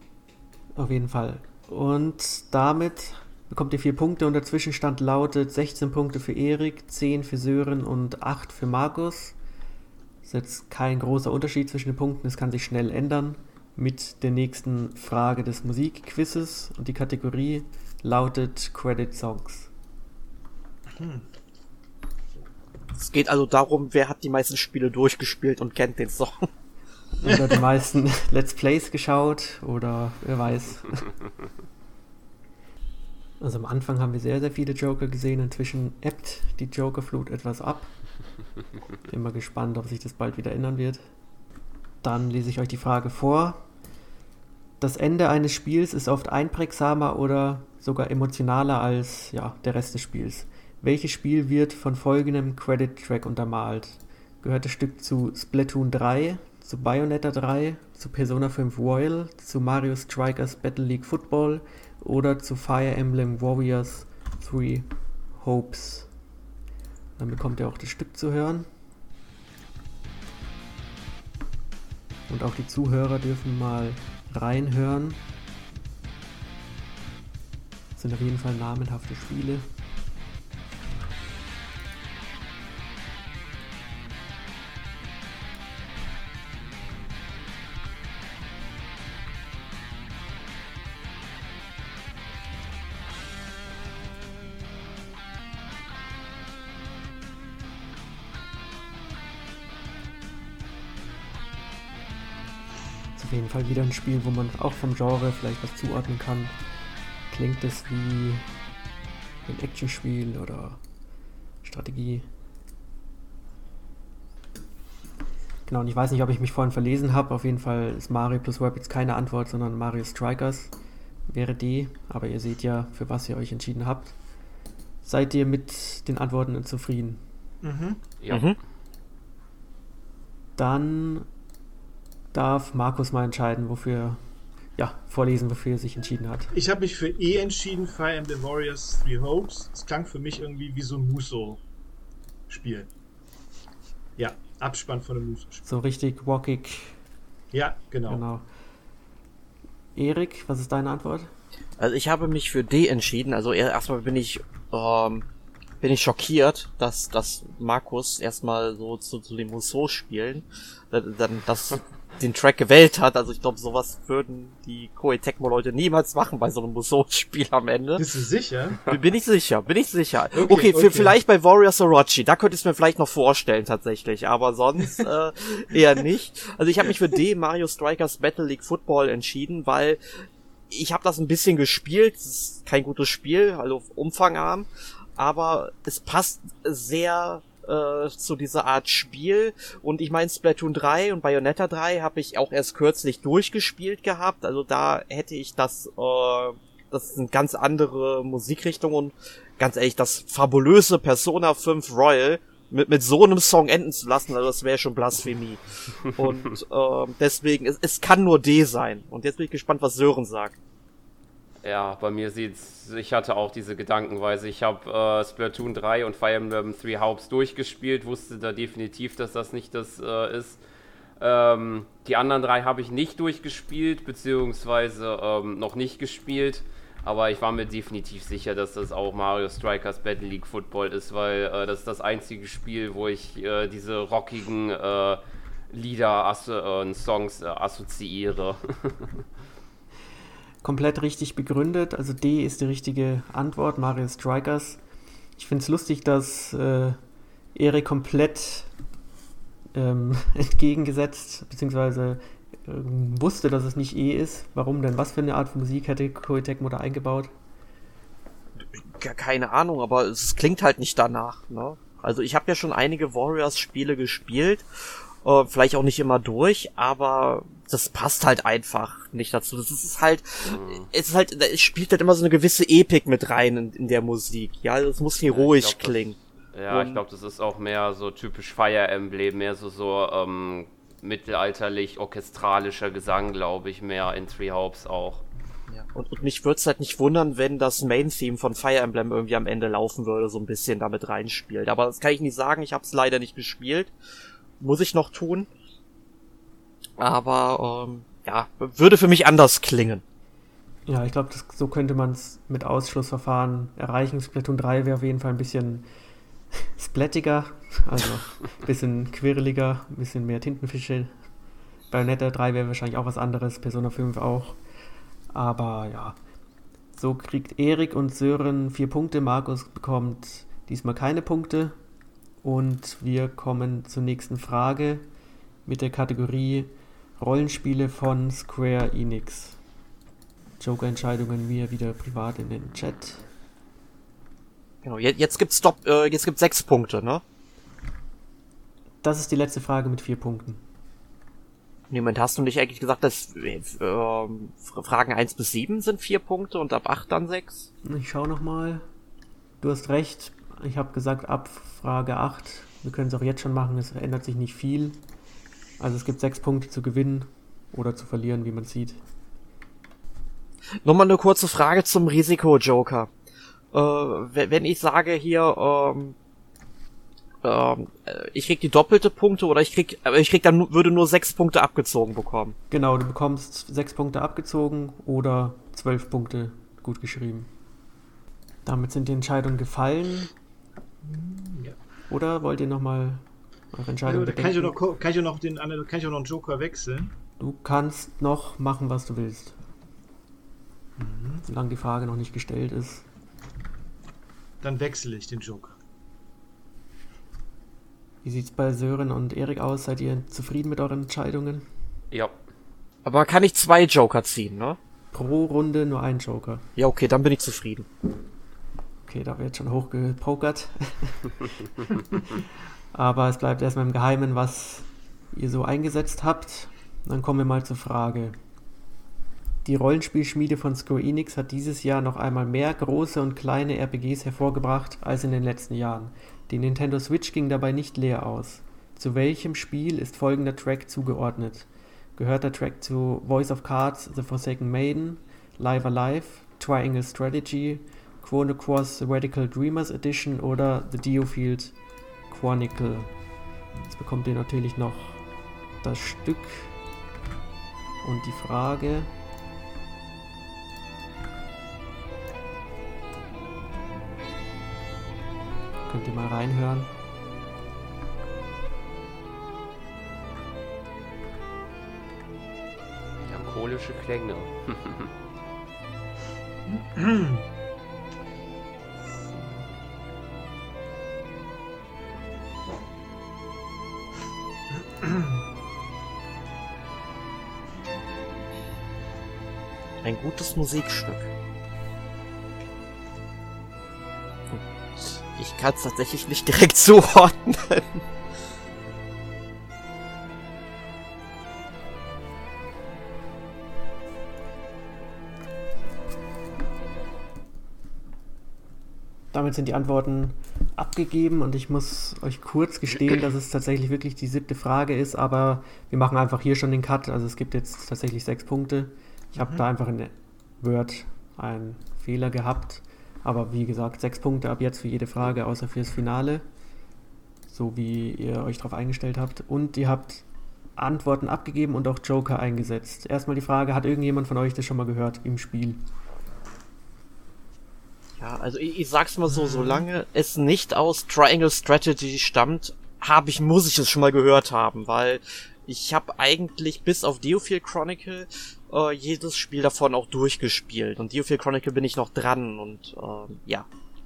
Auf jeden Fall. Und damit bekommt ihr vier Punkte und der Zwischenstand lautet sechzehn Punkte für Erik, zehn für Sören und acht für Markus. Das ist jetzt kein großer Unterschied zwischen den Punkten, es kann sich schnell ändern mit der nächsten Frage des Musikquizzes und die Kategorie lautet Credit Songs.
Hm. Es geht also darum, wer hat die meisten Spiele durchgespielt und kennt den Song.
Oder die meisten Let's Plays geschaut oder wer weiß. Also am Anfang haben wir sehr, sehr viele Joker gesehen. Inzwischen ebbt die Jokerflut etwas ab. Bin mal gespannt, ob sich das bald wieder ändern wird. Dann lese ich euch die Frage vor. Das Ende eines Spiels ist oft einprägsamer oder sogar emotionaler als ja, der Rest des Spiels. Welches Spiel wird von folgendem Credit-Track untermalt? Gehört das Stück zu Splatoon drei, zu Bayonetta drei, zu Persona fünf Royal, zu Mario Strikers Battle League Football oder zu Fire Emblem Warriors Three Hopes? Dann bekommt ihr auch das Stück zu hören. Und auch die Zuhörer dürfen mal reinhören. Das sind auf jeden Fall namenhafte Spiele. Auf jeden Fall wieder ein Spiel, wo man auch vom Genre vielleicht was zuordnen kann. Klingt es wie ein Actionspiel oder Strategie? Genau, und ich weiß nicht, ob ich mich vorhin verlesen habe. Auf jeden Fall ist Mario plus Rabbids keine Antwort, sondern Mario Strikers wäre die. Aber ihr seht ja, für was ihr euch entschieden habt. Seid ihr mit den Antworten zufrieden?
Mhm.
Ja.
Mhm.
Dann darf Markus mal entscheiden, wofür, ja, vorlesen, wofür er sich entschieden hat.
Ich habe mich für E entschieden, Fire Emblem Warriors Three Hopes. Es klang für mich irgendwie wie so ein Muso-Spiel. Ja, Abspann von einem Muso-Spiel.
So richtig walkig.
Ja, genau.
Genau. Erik, was ist deine Antwort?
Also ich habe mich für D entschieden. Also erstmal bin ich ähm, bin ich schockiert, dass dass Markus erstmal so zu, zu den Musou spielen. Dann das den Track gewählt hat. Also ich glaube, sowas würden die Koei Tecmo-Leute niemals machen bei so einem Musou-Spiel am Ende.
Bist du sicher?
Bin ich sicher, bin ich sicher. Okay,
Okay,
okay.
okay.
Vielleicht bei Warriors Orochi, da könnte ich es mir vielleicht noch vorstellen tatsächlich, aber sonst äh, eher nicht. Also ich habe mich für D, Mario Strikers Battle League Football entschieden, weil ich habe das ein bisschen gespielt. Es ist kein gutes Spiel, also umfangarm, aber es passt sehr äh, zu dieser Art Spiel. Und ich meine, Splatoon drei und Bayonetta drei habe ich auch erst kürzlich durchgespielt gehabt. Also da hätte ich das, äh, das sind ganz andere Musikrichtungen und ganz ehrlich, das fabulöse Persona fünf Royal mit, mit so einem Song enden zu lassen, also das wäre schon Blasphemie. Und äh, deswegen, es, es kann nur D sein. Und jetzt bin ich gespannt, was Sören sagt.
Ja, bei mir sieht's, ich hatte auch diese Gedankenweise. Ich habe äh, Splatoon drei und Fire Emblem Three Hopes durchgespielt, wusste da definitiv, dass das nicht das äh, ist. Ähm, die anderen drei habe ich nicht durchgespielt, beziehungsweise ähm, noch nicht gespielt. Aber ich war mir definitiv sicher, dass das auch Mario Strikers Battle League Football ist, weil äh, das ist das einzige Spiel, wo ich äh, diese rockigen äh, Lieder und äh, Songs äh, assoziiere.
Komplett richtig begründet. Also D ist die richtige Antwort, Mario Strikers. Ich finde es lustig, dass äh, Erik komplett ähm, entgegengesetzt, beziehungsweise ähm, wusste, dass es nicht E ist. Warum denn? Was für eine Art von Musik hätte Koei Tecmo da eingebaut?
Ja, keine Ahnung, aber es klingt halt nicht danach, ne? Also ich habe ja schon einige Warriors-Spiele gespielt, äh, vielleicht auch nicht immer durch, aber das passt halt einfach nicht dazu. Das ist halt, mhm. es ist halt, es spielt halt immer so eine gewisse Epik mit rein in, in der Musik. Ja, es muss heroisch
ja, glaub,
klingen.
Das, ja, Und ich glaube, das ist auch mehr so typisch Fire Emblem, mehr so so ähm, mittelalterlich orchestralischer Gesang, glaube ich, mehr in Three Hopes auch.
Ja. Und, und mich würde es halt nicht wundern, wenn das Main-Theme von Fire Emblem irgendwie am Ende laufen würde, so ein bisschen damit reinspielt. Aber das kann ich nicht sagen, ich habe es leider nicht gespielt. Muss ich noch tun. Aber, ähm, ja, würde für mich anders klingen.
Ja, ich glaube, so könnte man es mit Ausschlussverfahren erreichen. Splatoon drei wäre auf jeden Fall ein bisschen splattiger, also ein bisschen quirliger, ein bisschen mehr Tintenfische. Bayonetta drei wäre wahrscheinlich auch was anderes, Persona fünf auch. Aber ja, so kriegt Erik und Sören vier Punkte, Markus bekommt diesmal keine Punkte. Und wir kommen zur nächsten Frage mit der Kategorie Rollenspiele von Square Enix. Joker-Entscheidungen wir wieder privat in den Chat.
Genau, jetzt, jetzt gibt's Stop, äh, jetzt gibt's sechs Punkte, ne?
Das ist die letzte Frage mit vier Punkten.
Moment, hast du nicht eigentlich gesagt, dass äh, Fragen eins bis sieben sind vier Punkte und ab acht dann sechs?
Ich schau nochmal. Du hast recht. Ich habe gesagt, ab Frage acht. Wir können es auch jetzt schon machen. Es ändert sich nicht viel. Also es gibt sechs Punkte zu gewinnen oder zu verlieren, wie man sieht.
Nochmal eine kurze Frage zum Risiko-Joker. Äh, wenn ich sage hier, ähm, ähm, ich krieg die doppelte Punkte oder ich krieg, aber ich krieg dann, würde nur sechs Punkte abgezogen bekommen.
Genau, du bekommst sechs Punkte abgezogen oder zwölf Punkte gut geschrieben. Damit sind die Entscheidungen gefallen.
Ja.
Oder wollt ihr nochmal eure Entscheidung
also, kann ich auch noch, kann ich auch noch den, kann ich auch noch einen Joker wechseln?
Du kannst noch machen, was du willst. Mhm. Solange die Frage noch nicht gestellt ist.
Dann wechsle ich den Joker.
Wie sieht's bei Sören und Erik aus? Seid ihr zufrieden mit euren Entscheidungen?
Ja.
Aber kann ich zwei Joker ziehen, ne?
Pro Runde nur ein Joker.
Ja, okay, dann bin ich zufrieden.
Okay, da wird schon hochgepokert. Aber es bleibt erstmal im Geheimen, was ihr so eingesetzt habt. Dann kommen wir mal zur Frage. Die Rollenspielschmiede von Square Enix hat dieses Jahr noch einmal mehr große und kleine R P Gs hervorgebracht als in den letzten Jahren. Die Nintendo Switch ging dabei nicht leer aus. Zu welchem Spiel ist folgender Track zugeordnet? Gehört der Track zu Voice of Cards, The Forsaken Maiden, Live Alive, Triangle Strategy, Chrono Cross Radical Dreamers Edition oder The Diofield Chronicle? Jetzt bekommt ihr natürlich noch das Stück und die Frage. Könnt ihr mal reinhören.
melancholische Klänge.
Ein gutes Musikstück. Und ich kann es tatsächlich nicht direkt zuordnen.
Damit sind die Antworten abgegeben und ich muss euch kurz gestehen, dass es tatsächlich wirklich die siebte Frage ist, aber wir machen einfach hier schon den Cut, also es gibt jetzt tatsächlich sechs Punkte. Ich habe mhm. da einfach in Word einen Fehler gehabt, aber wie gesagt, sechs Punkte ab jetzt für jede Frage, außer fürs Finale, so wie ihr euch darauf eingestellt habt. Und ihr habt Antworten abgegeben und auch Joker eingesetzt. Erstmal die Frage, hat irgendjemand von euch das schon mal gehört im Spiel?
Ja, also ich, ich sag's mal so, solange es nicht aus Triangle Strategy stammt, habe ich, muss ich es schon mal gehört haben, weil ich habe eigentlich bis auf Diofield Chronicle äh, jedes Spiel davon auch durchgespielt. Und Diofield Chronicle bin ich noch dran und äh, ja.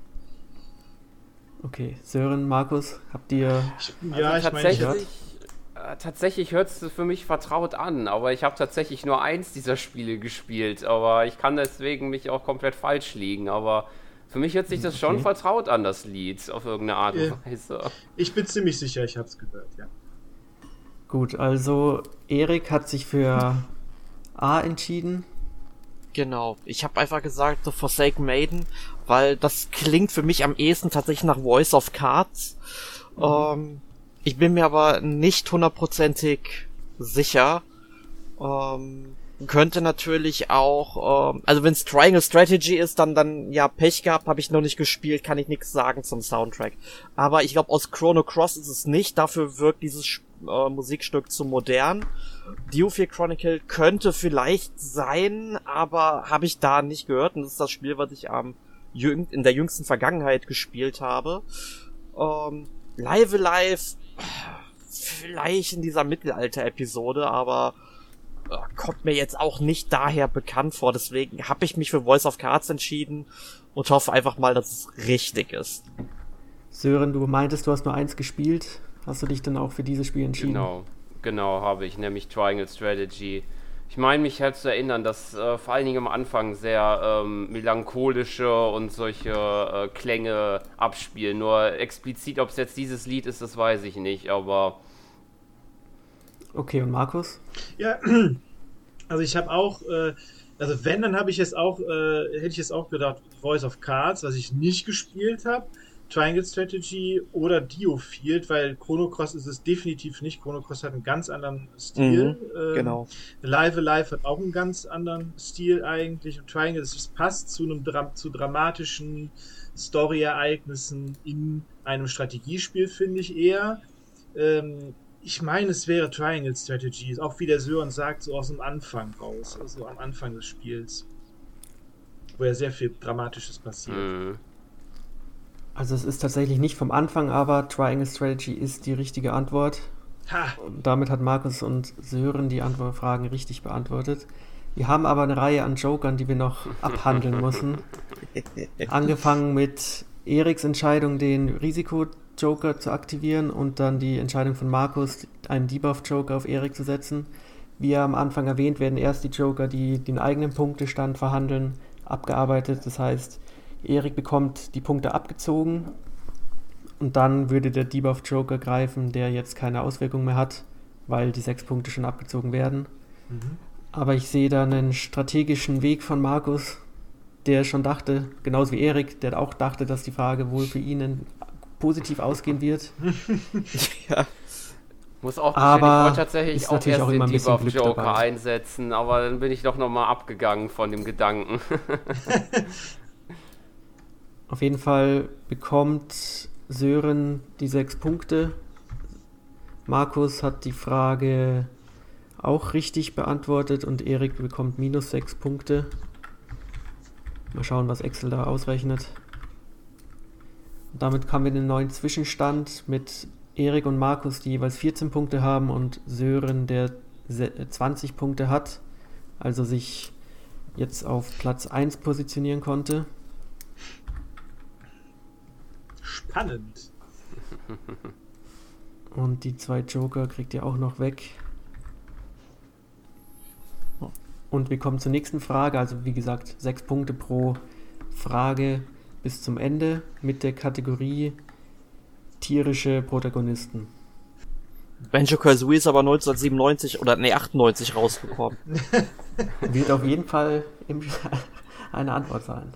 Okay, Sören, Markus, habt ihr...
Ja,
also
ich meine,
tatsächlich, äh, tatsächlich hört es für mich vertraut an, aber ich habe tatsächlich nur eins dieser Spiele gespielt, aber ich kann deswegen mich auch komplett falsch liegen, aber für mich hört sich das schon
Okay.
vertraut an, das Lied, auf irgendeine Art und
Äh,
Weise.
ich bin ziemlich sicher, ich habe es gehört, ja.
Gut, also Erik hat sich für A entschieden.
Genau. Ich habe einfach gesagt, The Forsaken Maiden, weil das klingt für mich am ehesten tatsächlich nach Voice of Cards. Mhm. Ähm, ich bin mir aber nicht hundertprozentig sicher. Ähm, könnte natürlich auch, ähm, also wenn es Triangle Strategy ist, dann dann ja Pech gehabt, habe ich noch nicht gespielt, kann ich nichts sagen zum Soundtrack. Aber ich glaube, aus Chrono Cross ist es nicht, dafür wirkt dieses äh, Musikstück zu modern. Diofield Chronicle könnte vielleicht sein, aber habe ich da nicht gehört. Und das ist das Spiel, was ich am jüng- in der jüngsten Vergangenheit gespielt habe. Ähm, Live Alive, vielleicht in dieser Mittelalter-Episode, aber äh, kommt mir jetzt auch nicht daher bekannt vor. Deswegen habe ich mich für Voice of Cards entschieden und hoffe einfach mal, dass es richtig ist.
Sören, du meintest, du hast nur eins gespielt. Hast du dich dann auch für dieses Spiel entschieden?
Genau, genau habe ich, nämlich Triangle Strategy. Ich meine mich halt zu erinnern, dass äh, vor allen Dingen am Anfang sehr ähm, melancholische und solche äh, Klänge abspielen. Nur explizit, ob es jetzt dieses Lied ist, das weiß ich nicht, aber...
Okay, und Markus?
Ja, also ich habe auch, äh, also wenn, dann habe ich jetzt auch, äh, hätte ich jetzt auch gedacht, Voice of Cards, was ich nicht gespielt habe, Triangle Strategy oder Diofield, weil Chrono Cross ist es definitiv nicht. Chrono Cross hat einen ganz anderen Stil.
Mhm,
ähm,
genau.
Live Alive hat auch einen ganz anderen Stil eigentlich. Und Triangle, das passt zu einem Dra- zu dramatischen Story-Ereignissen in einem Strategiespiel, finde ich eher. Ähm, ich meine, es wäre Triangle Strategy, auch wie der Sören sagt, so aus dem Anfang raus, also am Anfang des Spiels, wo ja sehr viel Dramatisches passiert.
Mhm.
Also es ist tatsächlich nicht vom Anfang, aber Triangle Strategy ist die richtige Antwort.
Ha!
Und damit hat Markus und Sören die Antwortfragen richtig beantwortet. Wir haben aber eine Reihe an Jokern, die wir noch abhandeln müssen. Angefangen mit Eriks Entscheidung, den Risiko-Joker zu aktivieren und dann die Entscheidung von Markus, einen Debuff-Joker auf Erik zu setzen. Wie am Anfang erwähnt, werden erst die Joker, die den eigenen Punktestand verhandeln, abgearbeitet. Das heißt, Erik bekommt die Punkte abgezogen und dann würde der Debuff-Joker greifen, der jetzt keine Auswirkung mehr hat, weil die sechs Punkte schon abgezogen werden.
Mhm.
Aber ich sehe da einen strategischen Weg von Markus, der schon dachte, genauso wie Erik, der auch dachte, dass die Frage wohl für ihn positiv ausgehen wird.
Ja.
Muss auch
Aber
gestehen, ich wollte tatsächlich
ist
auch
natürlich
erst
auch immer
den
ein bisschen Glück
Debuff-Joker
dabei.
einsetzen, aber dann bin ich doch nochmal abgegangen von dem Gedanken.
Auf jeden Fall bekommt Sören die sechs Punkte. Markus hat die Frage auch richtig beantwortet und Erik bekommt minus sechs Punkte. Mal schauen, was Excel da ausrechnet. Und damit kommen wir in den neuen Zwischenstand mit Erik und Markus, die jeweils vierzehn Punkte haben und Sören, der zwanzig Punkte hat. also sich jetzt auf Platz eins positionieren konnte.
Spannend.
Und die zwei Joker kriegt ihr auch noch weg. Und wir kommen zur nächsten Frage. Also wie gesagt, sechs Punkte pro Frage bis zum Ende mit der Kategorie tierische Protagonisten.
Banjo-Kazooie ist aber neunzehnhundertsiebenundneunzig oder nee, achtundneunzig rausgekommen.
Wird auf jeden Fall im eine Antwort sein.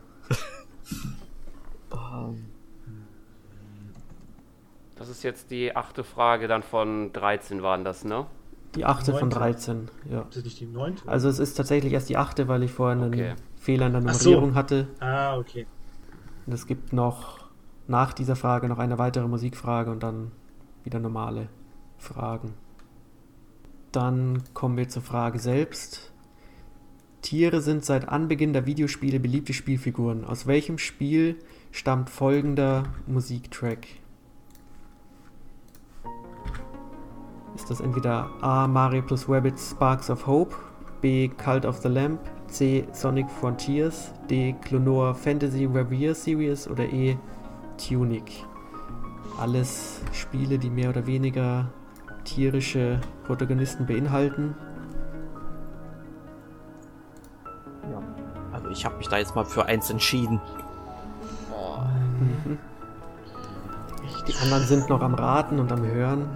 Das ist jetzt die achte Frage, dann von dreizehn waren das, ne?
Die achte von
Neunte.
dreizehn, ja.
Ist das nicht die neunte?
Also es ist tatsächlich erst die achte, weil ich vorhin einen
Okay.
Fehler in der
Ach so.
Nummerierung hatte.
Ah, okay.
Und es gibt noch nach dieser Frage noch eine weitere Musikfrage und dann wieder normale Fragen. Dann kommen wir zur Frage selbst. Tiere sind seit Anbeginn der Videospiele beliebte Spielfiguren. Aus welchem Spiel stammt folgender Musiktrack? Ist das entweder A. Mario plus Rabbids Sparks of Hope, B. Cult of the Lamp, C. Sonic Frontiers, D. Klonoa Fantasy Reverie Series oder E. Tunic? Alles Spiele, die mehr oder weniger tierische Protagonisten beinhalten.
Ja. Also ich habe mich da jetzt mal für eins entschieden.
Boah.
Mhm. Die anderen sind noch am Raten und am Hören.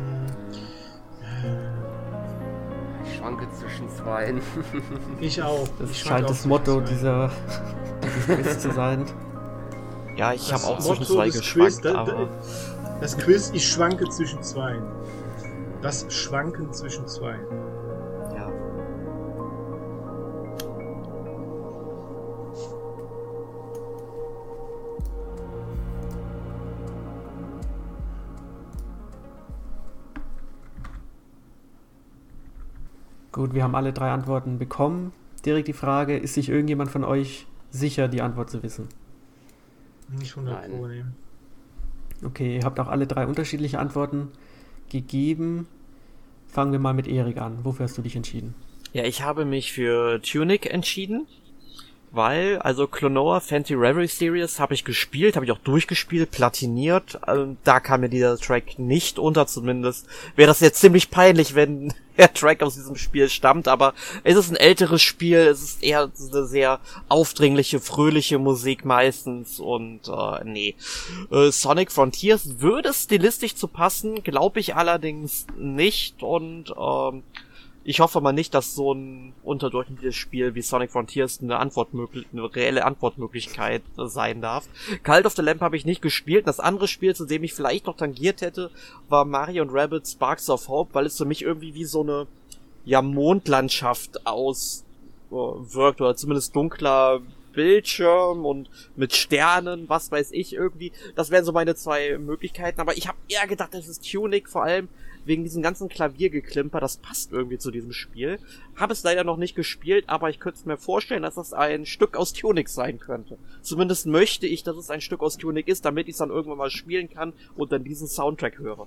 Ich schwanke zwischen zwei.
Ich auch.
Das
ich
scheint das Motto dieser dieses Quiz zu sein.
Ja, ich habe auch
Das
zwischen
Motto
zwei
des
geschwankt,
Quiz, da-
aber
Das Quiz, ich schwanke zwischen zwei. Das Schwanken zwischen zwei.
ja.
Gut, wir haben alle drei Antworten bekommen. Direkt die Frage, ist sich irgendjemand von euch sicher, die Antwort zu wissen?
Nicht hundert Pro
Nein.
nehmen.
Okay, ihr habt auch alle drei unterschiedliche Antworten gegeben. Fangen wir mal mit Erik an. Wofür hast du dich entschieden?
Ja, ich habe mich für Tunic entschieden, weil, also Klonoa Fantasy Reverie Series habe ich gespielt, habe ich auch durchgespielt, platiniert. Ähm, da kam mir dieser Track nicht unter, zumindest wäre das jetzt ziemlich peinlich, wenn der Track aus diesem Spiel stammt, aber es ist ein älteres Spiel, es ist eher eine sehr aufdringliche, fröhliche Musik meistens und äh, nee. Äh, Sonic Frontiers würde stilistisch zu passen, glaube ich allerdings nicht und ähm, ich hoffe mal nicht, dass so ein unterdurchschnittliches Spiel wie Sonic Frontiers eine Antwortmöglich- eine reelle Antwortmöglichkeit äh, sein darf. Cult of the Lamp habe ich nicht gespielt. Das andere Spiel, zu dem ich vielleicht noch tangiert hätte, war Mario und Rabbids Sparks of Hope, weil es für mich irgendwie wie so eine ja Mondlandschaft aus äh, wirkt oder zumindest dunkler Bildschirm und mit Sternen, was weiß ich irgendwie. Das wären so meine zwei Möglichkeiten, aber ich habe eher gedacht, das ist Tunic, vor allem wegen diesem ganzen Klaviergeklimper, das passt irgendwie zu diesem Spiel. Habe es leider noch nicht gespielt, aber ich könnte es mir vorstellen, dass das ein Stück aus Tunic sein könnte. Zumindest möchte ich, dass es ein Stück aus Tunic ist, damit ich es dann irgendwann mal spielen kann und dann diesen Soundtrack höre.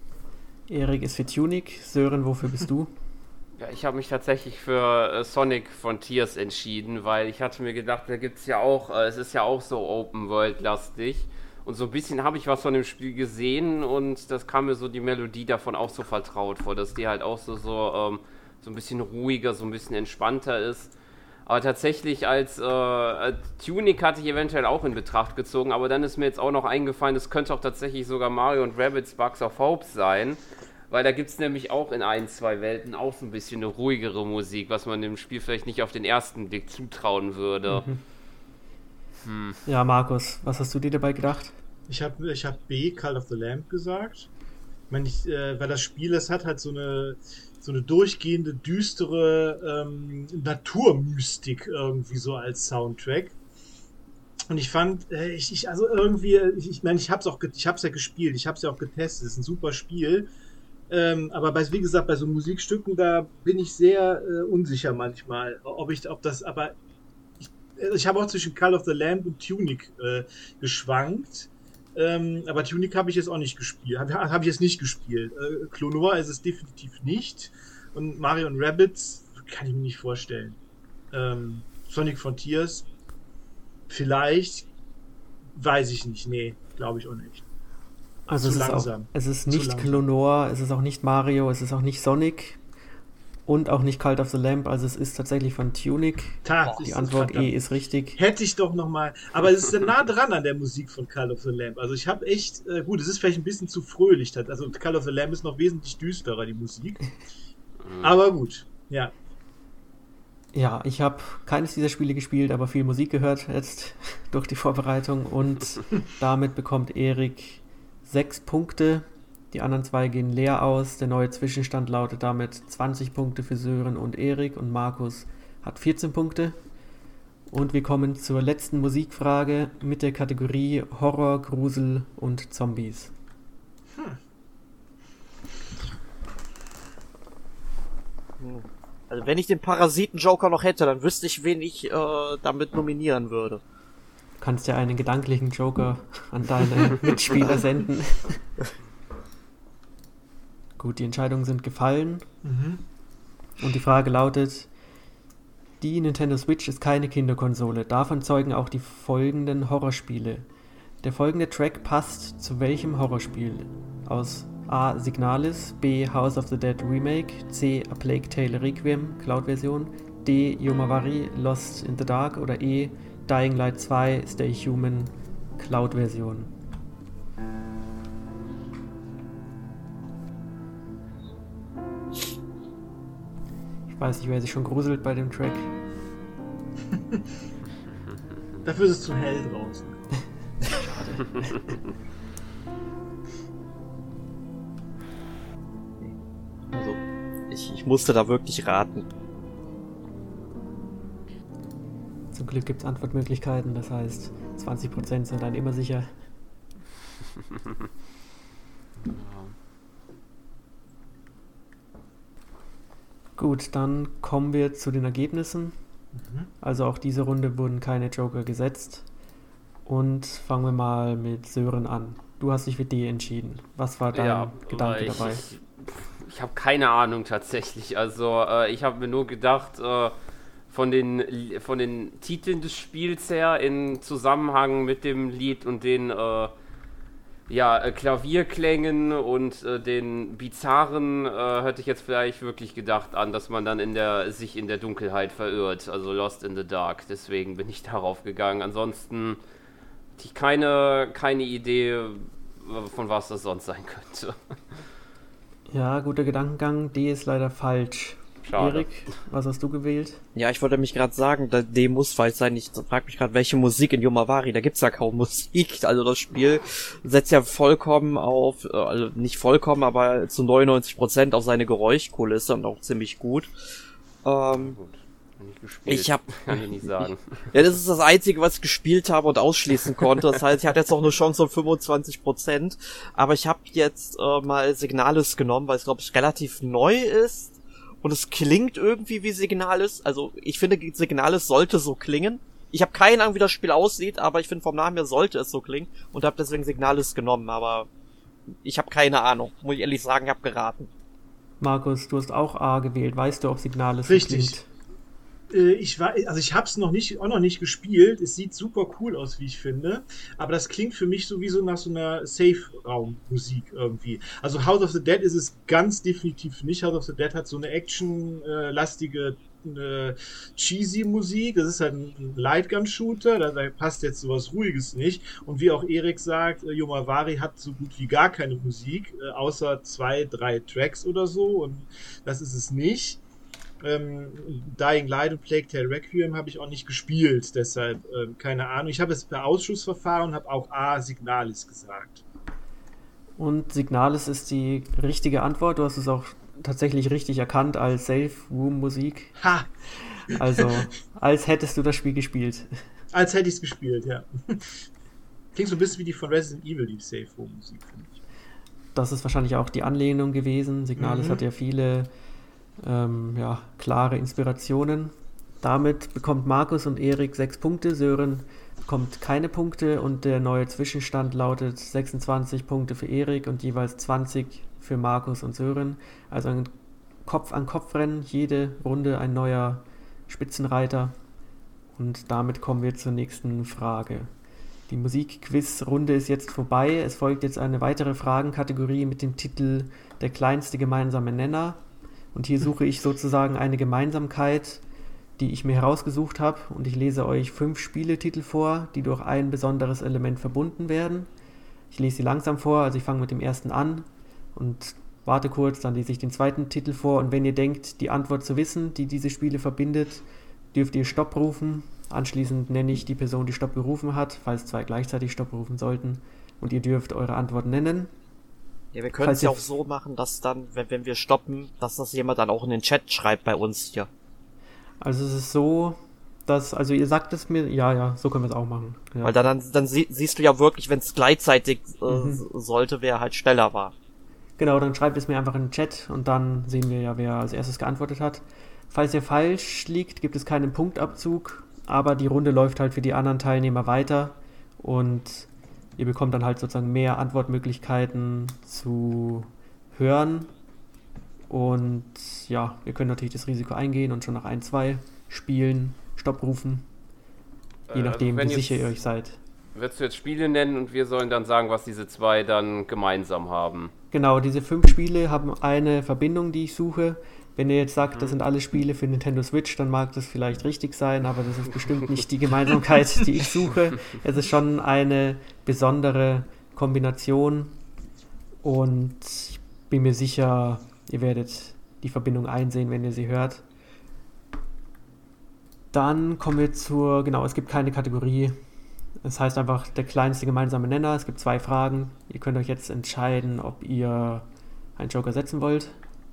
Erik ist für Tunic. Sören, wofür bist du?
Ja, ich habe mich tatsächlich für äh, Sonic Frontiers entschieden, weil ich hatte mir gedacht, da gibt's ja auch, äh, es ist ja auch so Open-World-lastig. Und so ein bisschen habe ich was von dem Spiel gesehen und das kam mir so die Melodie davon auch so vertraut vor, dass die halt auch so, so, ähm, so ein bisschen ruhiger, so ein bisschen entspannter ist. Aber tatsächlich als äh, Tunic hatte ich eventuell auch in Betracht gezogen, aber dann ist mir jetzt auch noch eingefallen, es könnte auch tatsächlich sogar Mario und Rabbids Sparks of Hope sein, weil da gibt es nämlich auch in ein, zwei Welten auch so ein bisschen eine ruhigere Musik, was man dem Spiel vielleicht nicht auf den ersten Blick zutrauen würde.
Mhm.
Hm.
Ja, Markus, was hast du dir dabei gedacht?
Ich habe ich hab B, Cult of the Lamp gesagt. Ich meine, ich, äh, weil das Spiel, das hat halt so eine, so eine durchgehende, düstere ähm, Naturmystik irgendwie so als Soundtrack. Und ich fand, äh, ich, ich, also irgendwie, ich, ich meine, ich hab's auch, ge- ich hab's ja gespielt, ich hab's ja auch getestet, es ist ein super Spiel. Ähm, aber bei, wie gesagt, bei so Musikstücken, da bin ich sehr äh, unsicher manchmal, ob ich, ob das, aber ich habe auch zwischen Call of the Lamb und Tunic äh, geschwankt. Ähm, aber Tunic habe ich jetzt auch nicht gespielt. Habe hab ich jetzt nicht gespielt. Äh, Klonoa ist es definitiv nicht. Und Mario und Rabbids kann ich mir nicht vorstellen. Ähm, Sonic Frontiers, vielleicht, weiß ich nicht. Nee, glaube ich auch nicht.
Also
Zu
es ist, auch,
langsam.
es ist
Zu
nicht
langsam.
Clonor, es ist auch nicht Mario, es ist auch nicht Sonic und auch nicht Cult of the Lamb, also es ist tatsächlich von Tunic.
Tag,
Die
ist
Antwort
verdammt.
E ist richtig.
Hätte ich doch noch mal. Aber es ist ja nah dran an der Musik von Call of the Lamb. Also ich habe echt, äh, gut, es ist vielleicht ein bisschen zu fröhlich. Also Call of the Lamb ist noch wesentlich düsterer, die Musik. Aber gut, ja.
Ja, ich habe keines dieser Spiele gespielt, aber viel Musik gehört jetzt durch die Vorbereitung und damit bekommt Erik sechs Punkte. Die anderen zwei gehen leer aus. Der neue Zwischenstand lautet damit zwanzig Punkte für Sören und Erik und Markus hat vierzehn Punkte. Und wir kommen zur letzten Musikfrage mit der Kategorie Horror, Grusel und Zombies.
Also wenn ich den Parasiten-Joker noch hätte, dann wüsste ich, wen ich äh, damit nominieren würde.
Du kannst ja einen gedanklichen Joker an deine Mitspieler senden. Gut, die Entscheidungen sind gefallen.
Mhm.
Und die Frage lautet: Die Nintendo Switch ist keine Kinderkonsole. Davon zeugen auch die folgenden Horrorspiele. Der folgende Track passt zu welchem Horrorspiel? Aus A. Signalis, B. House of the Dead Remake, C. A Plague Tale Requiem, Cloud-Version, D. Yomawari, Lost in the Dark oder E. Dying Light zwei, Stay Human, Cloud-Version. Ich weiß nicht, wer sich schon gruselt bei dem Track.
Dafür ist es zu hell draußen.
Also, ich, ich musste da wirklich raten.
Zum Glück gibt es Antwortmöglichkeiten, das heißt, zwanzig Prozent sind dann immer sicher. Gut, dann kommen wir zu den Ergebnissen.
Mhm.
Also auch diese Runde wurden keine Joker gesetzt. Und fangen wir mal mit Sören an. Du hast dich für D entschieden. Was war dein
Ja,
Gedanke
ich,
dabei?
Ich, ich habe keine Ahnung tatsächlich. Also äh, ich habe mir nur gedacht, äh, von den, von den Titeln des Spiels her in Zusammenhang mit dem Lied und den äh, ja, äh, Klavierklängen und äh, den bizarren äh, hätte ich jetzt vielleicht wirklich gedacht an, dass man dann in der, sich in der Dunkelheit verirrt, also Lost in the Dark. Deswegen bin ich darauf gegangen. Ansonsten hatte ich keine, keine Idee, von was das sonst sein könnte.
Ja, guter Gedankengang. D ist leider falsch.
Schade.
Erik, was hast du gewählt?
Ja, ich wollte mich gerade sagen, da D muss falsch sein. Ich frage mich gerade, welche Musik in Yomawari, da gibt's ja kaum Musik. Also das Spiel setzt ja vollkommen auf, also nicht vollkommen, aber zu neunundneunzig Prozent auf seine Geräuschkulisse und auch ziemlich gut. Ähm,
Gut, nicht gespielt.
Ich hab,
kann ich nicht sagen.
ja, das ist das Einzige, was ich gespielt habe und ausschließen konnte. Das heißt, ich hatte jetzt noch eine Chance von fünfundzwanzig Prozent. Aber ich habe jetzt äh, mal Signalis genommen, weil es, glaube ich, relativ neu ist. Und es klingt irgendwie wie Signalis. Also ich finde, Signalis sollte so klingen. Ich habe keine Ahnung, wie das Spiel aussieht, aber ich finde, vom Namen her sollte es so klingen. Und habe deswegen Signalis genommen. Aber ich habe keine Ahnung. Muss ich ehrlich sagen, ich habe geraten.
Markus, du hast auch A gewählt. Weißt du, ob Signalis so
Richtig.
klingt?
Äh, ich war, also ich habe es noch nicht, auch noch nicht gespielt. Es sieht super cool aus, wie ich finde. Aber das klingt für mich sowieso nach so einer Safe-Raum-Musik irgendwie. Also House of the Dead ist es ganz definitiv nicht. House of the Dead hat so eine actionlastige, äh, cheesy Musik. Das ist halt ein Lightgun-Shooter. Da, da passt jetzt sowas Ruhiges nicht. Und wie auch Erik sagt, äh, Yomawari hat so gut wie gar keine Musik, äh, außer zwei, drei Tracks oder so. Und das ist es nicht. Ähm, Dying Light und Plague Tale Requiem habe ich auch nicht gespielt, deshalb ähm, keine Ahnung. Ich habe es per Ausschussverfahren und habe auch A Signalis gesagt.
Und Signalis ist die richtige Antwort. Du hast es auch tatsächlich richtig erkannt als Safe-Room-Musik.
Ha!
Also, als hättest du das Spiel gespielt.
Als hätte ich es gespielt, ja. Klingt so ein bisschen wie die von Resident Evil, die Safe Room Musik, finde ich.
Das ist wahrscheinlich auch die Anlehnung gewesen. Signalis
Mhm.
hat ja viele ähm, ja, klare Inspirationen. Damit bekommt Markus und Erik sechs Punkte, Sören bekommt keine Punkte und der neue Zwischenstand lautet sechsundzwanzig Punkte für Erik und jeweils zwanzig für Markus und Sören. Also ein Kopf-an-Kopf-Rennen, jede Runde ein neuer Spitzenreiter. Und damit kommen wir zur nächsten Frage. Die Musik-Quiz-Runde ist jetzt vorbei. Es folgt jetzt eine weitere Fragenkategorie mit dem Titel Der kleinste gemeinsame Nenner. Und hier suche ich sozusagen eine Gemeinsamkeit, die ich mir herausgesucht habe. Und ich lese euch fünf Spieletitel vor, die durch ein besonderes Element verbunden werden. Ich lese sie langsam vor, also ich fange mit dem ersten an und warte kurz, dann lese ich den zweiten Titel vor. Und wenn ihr denkt, die Antwort zu wissen, die diese Spiele verbindet, dürft ihr Stopp rufen. Anschließend nenne ich die Person, die Stopp gerufen hat, falls zwei gleichzeitig Stopp rufen sollten. Und ihr dürft eure Antwort nennen.
Ja, wir können es ja auch so machen, dass dann, wenn, wenn wir stoppen, dass das jemand dann auch in den Chat schreibt bei uns hier.
Also es ist so, dass, also ihr sagt es mir, ja, ja, so können wir es auch machen. Ja.
Weil dann, dann, dann sie, siehst du ja wirklich, wenn es gleichzeitig äh,
Mhm.
sollte, wer halt schneller war.
Genau, dann schreibt es mir einfach in den Chat und dann sehen wir ja, wer als erstes geantwortet hat. Falls ihr falsch liegt, gibt es keinen Punktabzug, aber die Runde läuft halt für die anderen Teilnehmer weiter und ihr bekommt dann halt sozusagen mehr Antwortmöglichkeiten zu hören. Und ja, ihr könnt natürlich das Risiko eingehen und schon nach ein, zwei Spielen Stopp rufen, je
Äh,
nachdem,
also wenn
wie sicher
jetzt-
ihr euch seid.
Würdest du jetzt Spiele nennen und wir sollen dann sagen, was diese zwei dann gemeinsam haben?
Genau, diese fünf Spiele haben eine Verbindung, die ich suche. Wenn ihr jetzt sagt, das sind alle Spiele für Nintendo Switch, dann mag das vielleicht richtig sein, aber das ist bestimmt nicht die Gemeinsamkeit, die ich suche. Es ist schon eine besondere Kombination und ich bin mir sicher, ihr werdet die Verbindung einsehen, wenn ihr sie hört. Dann kommen wir zur, genau, es gibt keine Kategorie. Es heißt einfach der kleinste gemeinsame Nenner. Es gibt zwei Fragen. Ihr könnt euch jetzt entscheiden, ob ihr einen Joker setzen wollt.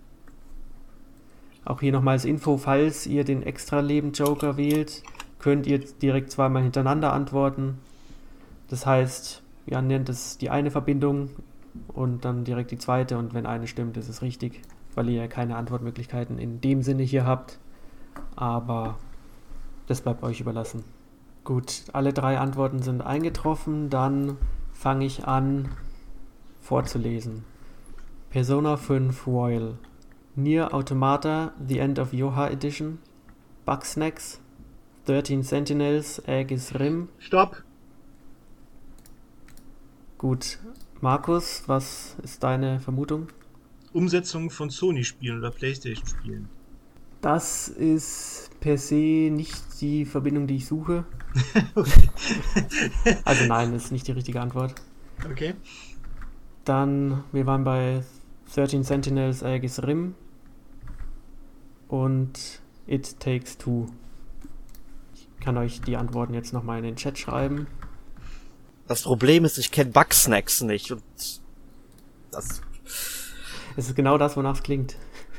Auch hier nochmal als Info, falls ihr den Extra-Leben-Joker wählt, könnt ihr direkt zweimal hintereinander antworten. Das heißt, ihr nennt es die eine Verbindung und dann direkt die zweite und wenn eine stimmt, ist es richtig, weil ihr ja keine Antwortmöglichkeiten in dem Sinne hier habt. Aber das bleibt euch überlassen. Gut, alle drei Antworten sind eingetroffen. Dann fange ich an vorzulesen. Persona fünf Royal, Nier Automata, The End of Yoha Edition, Bugsnax, dreizehn Sentinels, Aegis Rim.
Stopp!
Gut, Markus, was ist deine Vermutung?
Umsetzung von Sony-Spielen oder PlayStation-Spielen.
Das ist per se nicht die Verbindung, die ich suche.
Okay.
Also nein, das ist nicht die richtige Antwort.
Okay.
Dann, wir waren bei dreizehn Sentinels, Aegis Rim und It Takes Two. Ich kann euch die Antworten jetzt nochmal in den Chat schreiben.
Das Problem ist, ich kenne Bugsnax nicht und das
Es ist genau das, wonach es klingt.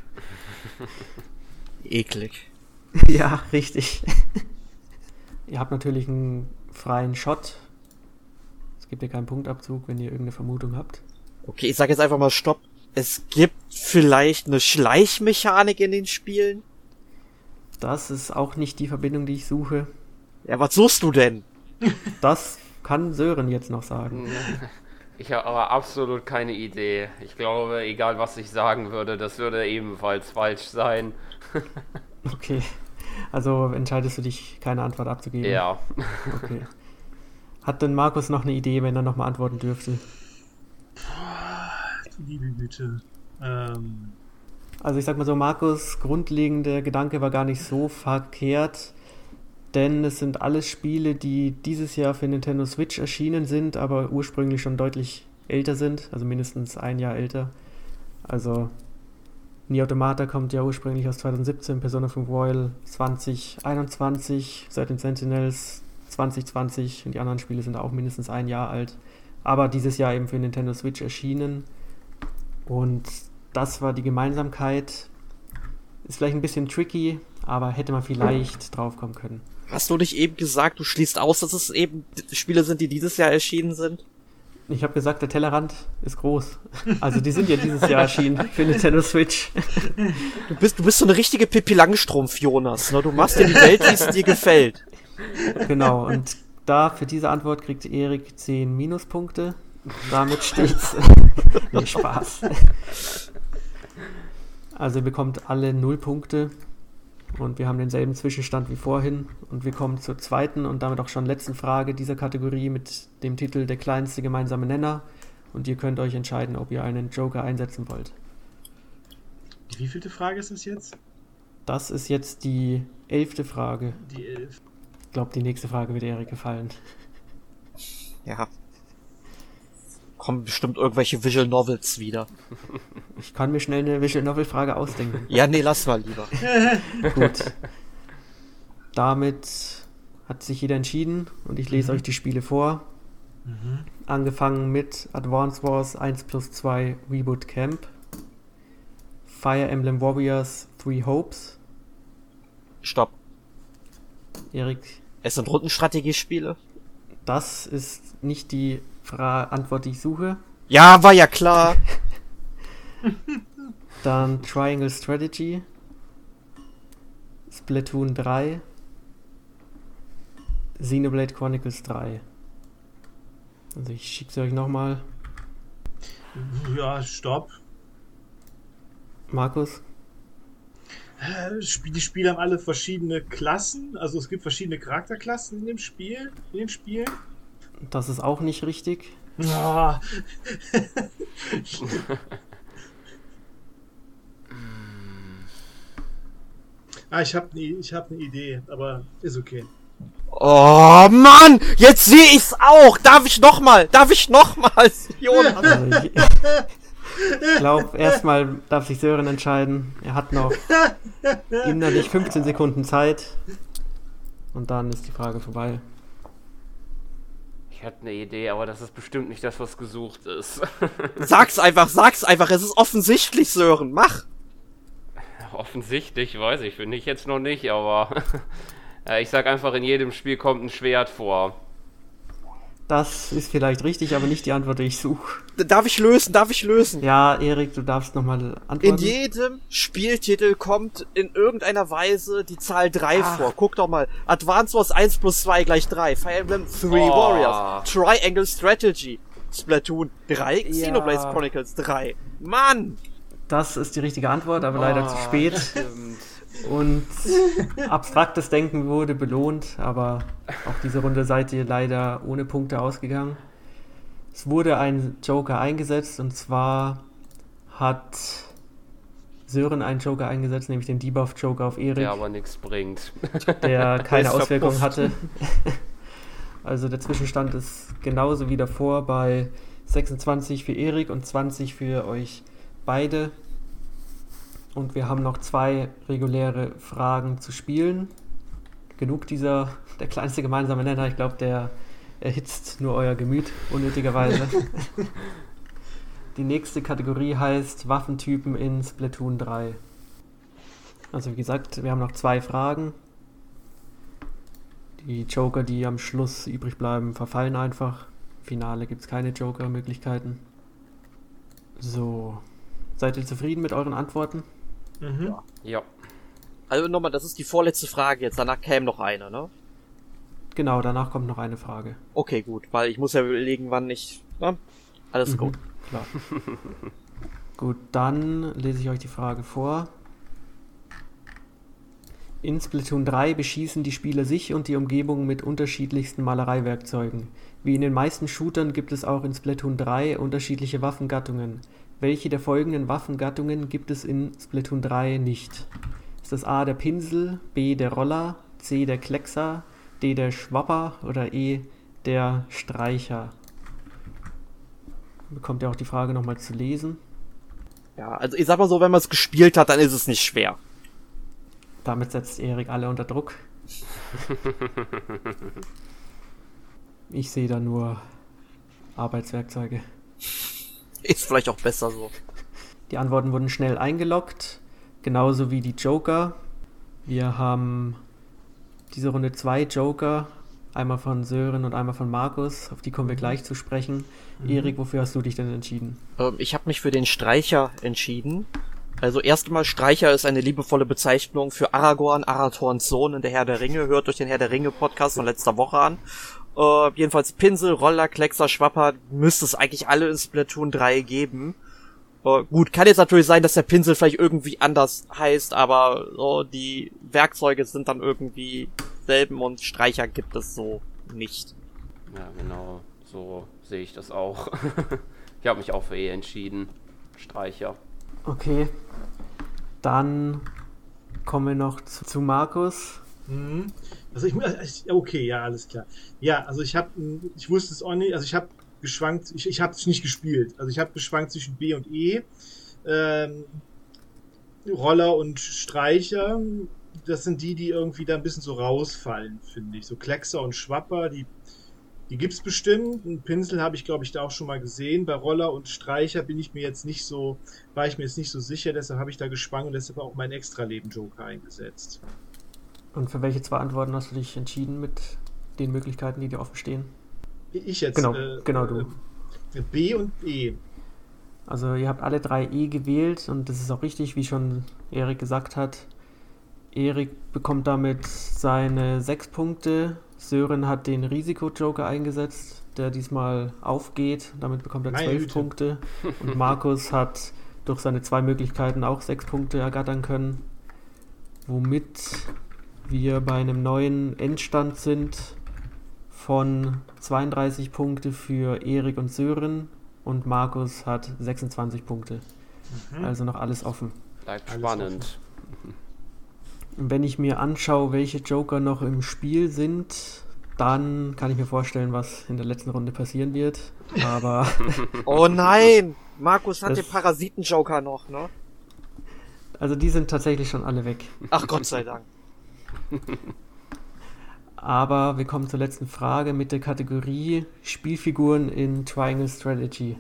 eklig.
Ja, richtig. Ihr habt natürlich einen freien Shot. Es gibt ja keinen Punktabzug, wenn ihr irgendeine Vermutung habt.
Okay, ich sag jetzt einfach mal Stopp. Es gibt vielleicht eine Schleichmechanik in den Spielen?
Das ist auch nicht die Verbindung, die ich suche.
Ja, was suchst du denn?
Das kann Sören jetzt noch sagen.
Ich habe aber absolut keine Idee. Ich glaube, egal was ich sagen würde, das würde ebenfalls falsch sein.
Okay. Also entscheidest du dich, keine Antwort abzugeben?
Ja.
Okay. Hat denn Markus noch eine Idee, wenn er nochmal antworten dürfte?
Du liebe Güte. Ähm,
Also ich sag mal so, Markus' grundlegender Gedanke war gar nicht so verkehrt, denn es sind alles Spiele, die dieses Jahr für Nintendo Switch erschienen sind, aber ursprünglich schon deutlich älter sind, also mindestens ein Jahr älter. Also Nier Automata kommt ja ursprünglich aus zwanzig siebzehn, Persona fünf Royal zwanzig einundzwanzig, dreizehn Sentinels zwanzig zwanzig und die anderen Spiele sind auch mindestens ein Jahr alt, aber dieses Jahr eben für Nintendo Switch erschienen. Und das war die Gemeinsamkeit. Ist vielleicht ein bisschen tricky, aber hätte man vielleicht drauf kommen können.
Hast du nicht eben gesagt, du schließt aus, dass es eben Spiele sind, die dieses Jahr erschienen sind?
Ich habe gesagt, der Tellerrand ist groß. Also die sind ja dieses Jahr erschienen für Nintendo Switch.
Du bist, du bist so eine richtige Pippi Langstrumpf, Jonas. Ne? Du machst dir die Welt, wie es dir gefällt.
Genau, und da für diese Antwort kriegt Erik zehn Minuspunkte. Damit steht's. Nee, Spaß. Also ihr bekommt alle null Punkte und wir haben denselben Zwischenstand wie vorhin. Und wir kommen zur zweiten und damit auch schon letzten Frage dieser Kategorie mit dem Titel Der kleinste gemeinsame Nenner. Und ihr könnt euch entscheiden, ob ihr einen Joker einsetzen wollt.
Die wievielte Frage ist es jetzt?
Das ist jetzt die elfte Frage.
Die elf.
Ich glaube, die nächste Frage wird Erik gefallen.
Ja. Kommen bestimmt irgendwelche Visual Novels wieder.
Ich kann mir schnell eine Visual Novel Frage ausdenken.
Ja, nee, lass mal lieber.
Gut. Damit hat sich jeder entschieden und ich lese mhm. euch die Spiele vor. Mhm. Angefangen mit Advance Wars eins plus zwei Reboot Camp, Fire Emblem Warriors Three Hopes.
Stopp.
Erik.
Es sind Rundenstrategiespiele?
Das ist nicht die Fra- Antwort, die ich suche.
Ja, war ja klar.
Dann Triangle Strategy, Splatoon drei, Xenoblade Chronicles drei. Also ich schicke sie euch nochmal.
Ja, stopp.
Markus?
Die Spiele haben alle verschiedene Klassen. Also es gibt verschiedene Charakterklassen in dem Spiel, in den Spielen.
Das ist auch nicht richtig.
Oh. ah, ich habe ne, ich hab eine Idee, aber ist okay.
Oh Mann, jetzt sehe ich's auch. Darf ich noch mal? Darf ich noch mal? Jonas.
Also ich ich glaube, erstmal darf sich Sören entscheiden. Er hat noch innerlich fünfzehn Sekunden Zeit. Und dann ist die Frage vorbei.
Ich hatte eine Idee, aber das ist bestimmt nicht das, was gesucht ist.
Sag's einfach, sag's einfach. Es ist offensichtlich, Sören. Mach.
Offensichtlich, weiß ich, finde ich jetzt noch nicht, aber ich sag einfach, in jedem Spiel kommt ein Schwert vor.
Das ist vielleicht richtig, aber nicht die Antwort, die ich suche.
Darf ich lösen? Darf ich lösen?
Ja, Erik, du darfst nochmal antworten.
In jedem Spieltitel kommt in irgendeiner Weise die Zahl drei Ach. vor. Guck doch mal. Advance Wars eins plus zwei gleich drei. Fire Emblem Three oh. Warriors. Triangle Strategy. Splatoon drei. Ja. Xenoblade Chronicles drei. Mann!
Das ist die richtige Antwort, aber oh, leider zu spät.
Stimmt.
Und abstraktes Denken wurde belohnt, aber auch diese Runde seid ihr leider ohne Punkte ausgegangen. Es wurde ein Joker eingesetzt und zwar hat Sören einen Joker eingesetzt, nämlich den Debuff-Joker auf Erik.
Der aber nichts bringt.
Der keine Auswirkung hatte. Also der Zwischenstand ist genauso wie davor bei sechsundzwanzig für Erik und zwanzig für euch beide. Und wir haben noch zwei reguläre Fragen zu spielen. Genug dieser, der kleinste gemeinsame Nenner. Ich glaube, der erhitzt nur euer Gemüt, unnötigerweise. Die nächste Kategorie heißt Waffentypen in Splatoon drei. Also wie gesagt, wir haben noch zwei Fragen. Die Joker, die am Schluss übrig bleiben, verfallen einfach. Im Finale gibt es keine Joker-Möglichkeiten. So, seid ihr zufrieden mit euren Antworten?
Mhm.
Ja.
ja.
Also nochmal, das ist die vorletzte Frage jetzt, danach käme noch eine, ne?
Genau, danach kommt noch eine Frage.
Okay, gut, weil ich muss ja überlegen, wann ich... Ne? Alles mhm, gut.
Klar. Gut, dann lese ich euch die Frage vor. In Splatoon drei beschießen die Spieler sich und die Umgebung mit unterschiedlichsten Malereiwerkzeugen. Wie in den meisten Shootern gibt es auch in Splatoon drei unterschiedliche Waffengattungen. Welche der folgenden Waffengattungen gibt es in Splatoon drei nicht? Ist das A der Pinsel, B der Roller, C der Kleckser, D der Schwapper oder E der Streicher? Bekommt ihr auch die Frage nochmal zu lesen?
Ja, also ich sag mal so, wenn man es gespielt hat, dann ist es nicht schwer.
Damit setzt Erik alle unter Druck. Ich sehe da nur Arbeitswerkzeuge.
Ist vielleicht auch besser so.
Die Antworten wurden schnell eingeloggt, genauso wie die Joker. Wir haben diese Runde zwei Joker, einmal von Sören und einmal von Markus, auf die kommen wir gleich zu sprechen. Mhm. Erik, wofür hast du dich denn entschieden?
Ähm, ich habe mich für den Streicher entschieden. Also erstmal, Streicher ist eine liebevolle Bezeichnung für Aragorn, Arathorns Sohn in der Herr der Ringe. Hört euch den Herr der Ringe Podcast von letzter Woche an. Uh, jedenfalls Pinsel, Roller, Kleckser, Schwapper müsste es eigentlich alle in Splatoon drei geben. Äh, gut, kann jetzt natürlich sein, dass der Pinsel vielleicht irgendwie anders heißt, aber so, die Werkzeuge sind dann irgendwie selben und Streicher gibt es so nicht.
Ja, genau. So sehe ich das auch. Ich habe mich auch für E entschieden. Streicher.
Okay. Dann kommen wir noch zu, zu Markus.
Mhm. Also ich, ich okay, ja, alles klar. Ja, also ich habe, ich wusste es auch nicht, also ich habe geschwankt, ich, ich habe es nicht gespielt. Also ich habe geschwankt zwischen B und E. Ähm, Roller und Streicher, das sind die, die irgendwie da ein bisschen so rausfallen, finde ich. So Kleckser und Schwapper, die, die gibt's bestimmt. Einen Pinsel habe ich, glaube ich, da auch schon mal gesehen. Bei Roller und Streicher bin ich mir jetzt nicht so, war ich mir jetzt nicht so sicher, deshalb habe ich da geschwankt und deshalb auch meinen Extra-Leben-Joker eingesetzt.
Und für welche zwei Antworten hast du dich entschieden mit den Möglichkeiten, die dir offen stehen?
Ich jetzt?
Genau,
äh,
genau du.
Äh, B und E.
Also ihr habt alle drei E gewählt und das ist auch richtig, wie schon Erik gesagt hat. Erik bekommt damit seine sechs Punkte. Sören hat den Risiko-Joker eingesetzt, der diesmal aufgeht. Damit bekommt er zwölf Punkte. Und Markus hat durch seine zwei Möglichkeiten auch sechs Punkte ergattern können. Womit wir bei einem neuen Endstand sind von zweiunddreißig Punkte für Erik und Sören. Und Markus hat sechsundzwanzig Punkte. Mhm. Also noch alles offen.
Bleibt
alles
spannend.
Offen.
Und wenn ich mir anschaue, welche Joker noch im Spiel sind, dann kann ich mir vorstellen, was in der letzten Runde passieren wird. Aber
oh nein! Markus hat den Parasiten-Joker noch, ne?
Also die sind tatsächlich schon alle weg.
Ach Gott sei Dank.
Aber wir kommen zur letzten Frage mit der Kategorie Spielfiguren in Triangle Strategy.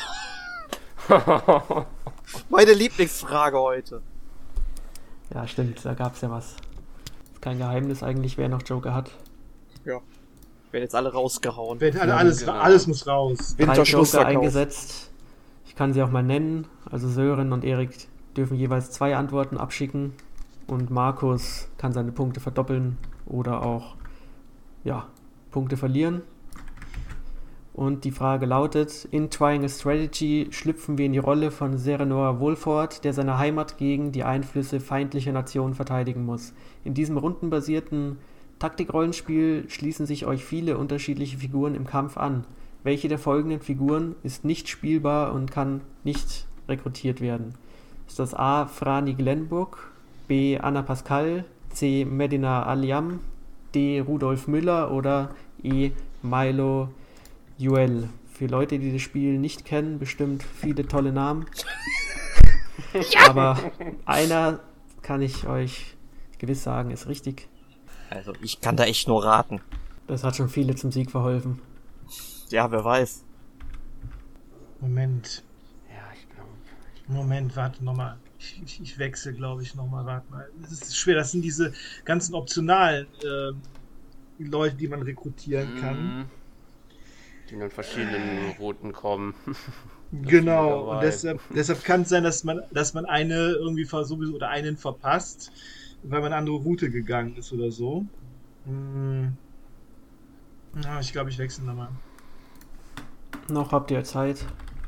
Meine Lieblingsfrage heute.
Ja, stimmt, da gab es ja was. Ist kein Geheimnis eigentlich, wer noch Joker hat.
Ja. Werden jetzt alle rausgehauen.
Werden alle, alles,
genau.
alles muss raus.
Drei Joker eingesetzt. Ich kann sie auch mal nennen. Also Sören und Erik dürfen jeweils zwei Antworten abschicken. Und Markus kann seine Punkte verdoppeln oder auch ja, Punkte verlieren. Und die Frage lautet: In Triangle Strategy schlüpfen wir in die Rolle von Serenor Wolford, der seine Heimat gegen die Einflüsse feindlicher Nationen verteidigen muss. In diesem rundenbasierten Taktikrollenspiel schließen sich euch viele unterschiedliche Figuren im Kampf an. Welche der folgenden Figuren ist nicht spielbar und kann nicht rekrutiert werden? Ist das A. Franny Glenburg, B. Anna Pascal, C. Medina Aliam, D. Rudolf Müller oder E. Milo Juel? Für Leute, die das Spiel nicht kennen, bestimmt viele tolle Namen. Ja. Aber einer kann ich euch gewiss sagen, ist richtig.
Also ich kann da echt nur raten.
Das hat schon viele zum Sieg verholfen.
Ja, wer weiß.
Moment.
Ja, ich glaube.
Moment, warte nochmal. Ich, ich, ich wechsle, glaube ich, nochmal. Warte mal. Das ist schwer. Das sind diese ganzen optionalen äh, Leute, die man rekrutieren kann.
Mhm. Die in verschiedenen Routen kommen.
Genau. Und deshalb, deshalb kann es sein, dass man, dass man eine irgendwie sowieso oder einen verpasst, weil man eine andere Route gegangen ist oder so. Hm. Ja, ich glaube, ich wechsle nochmal.
Noch habt ihr Zeit.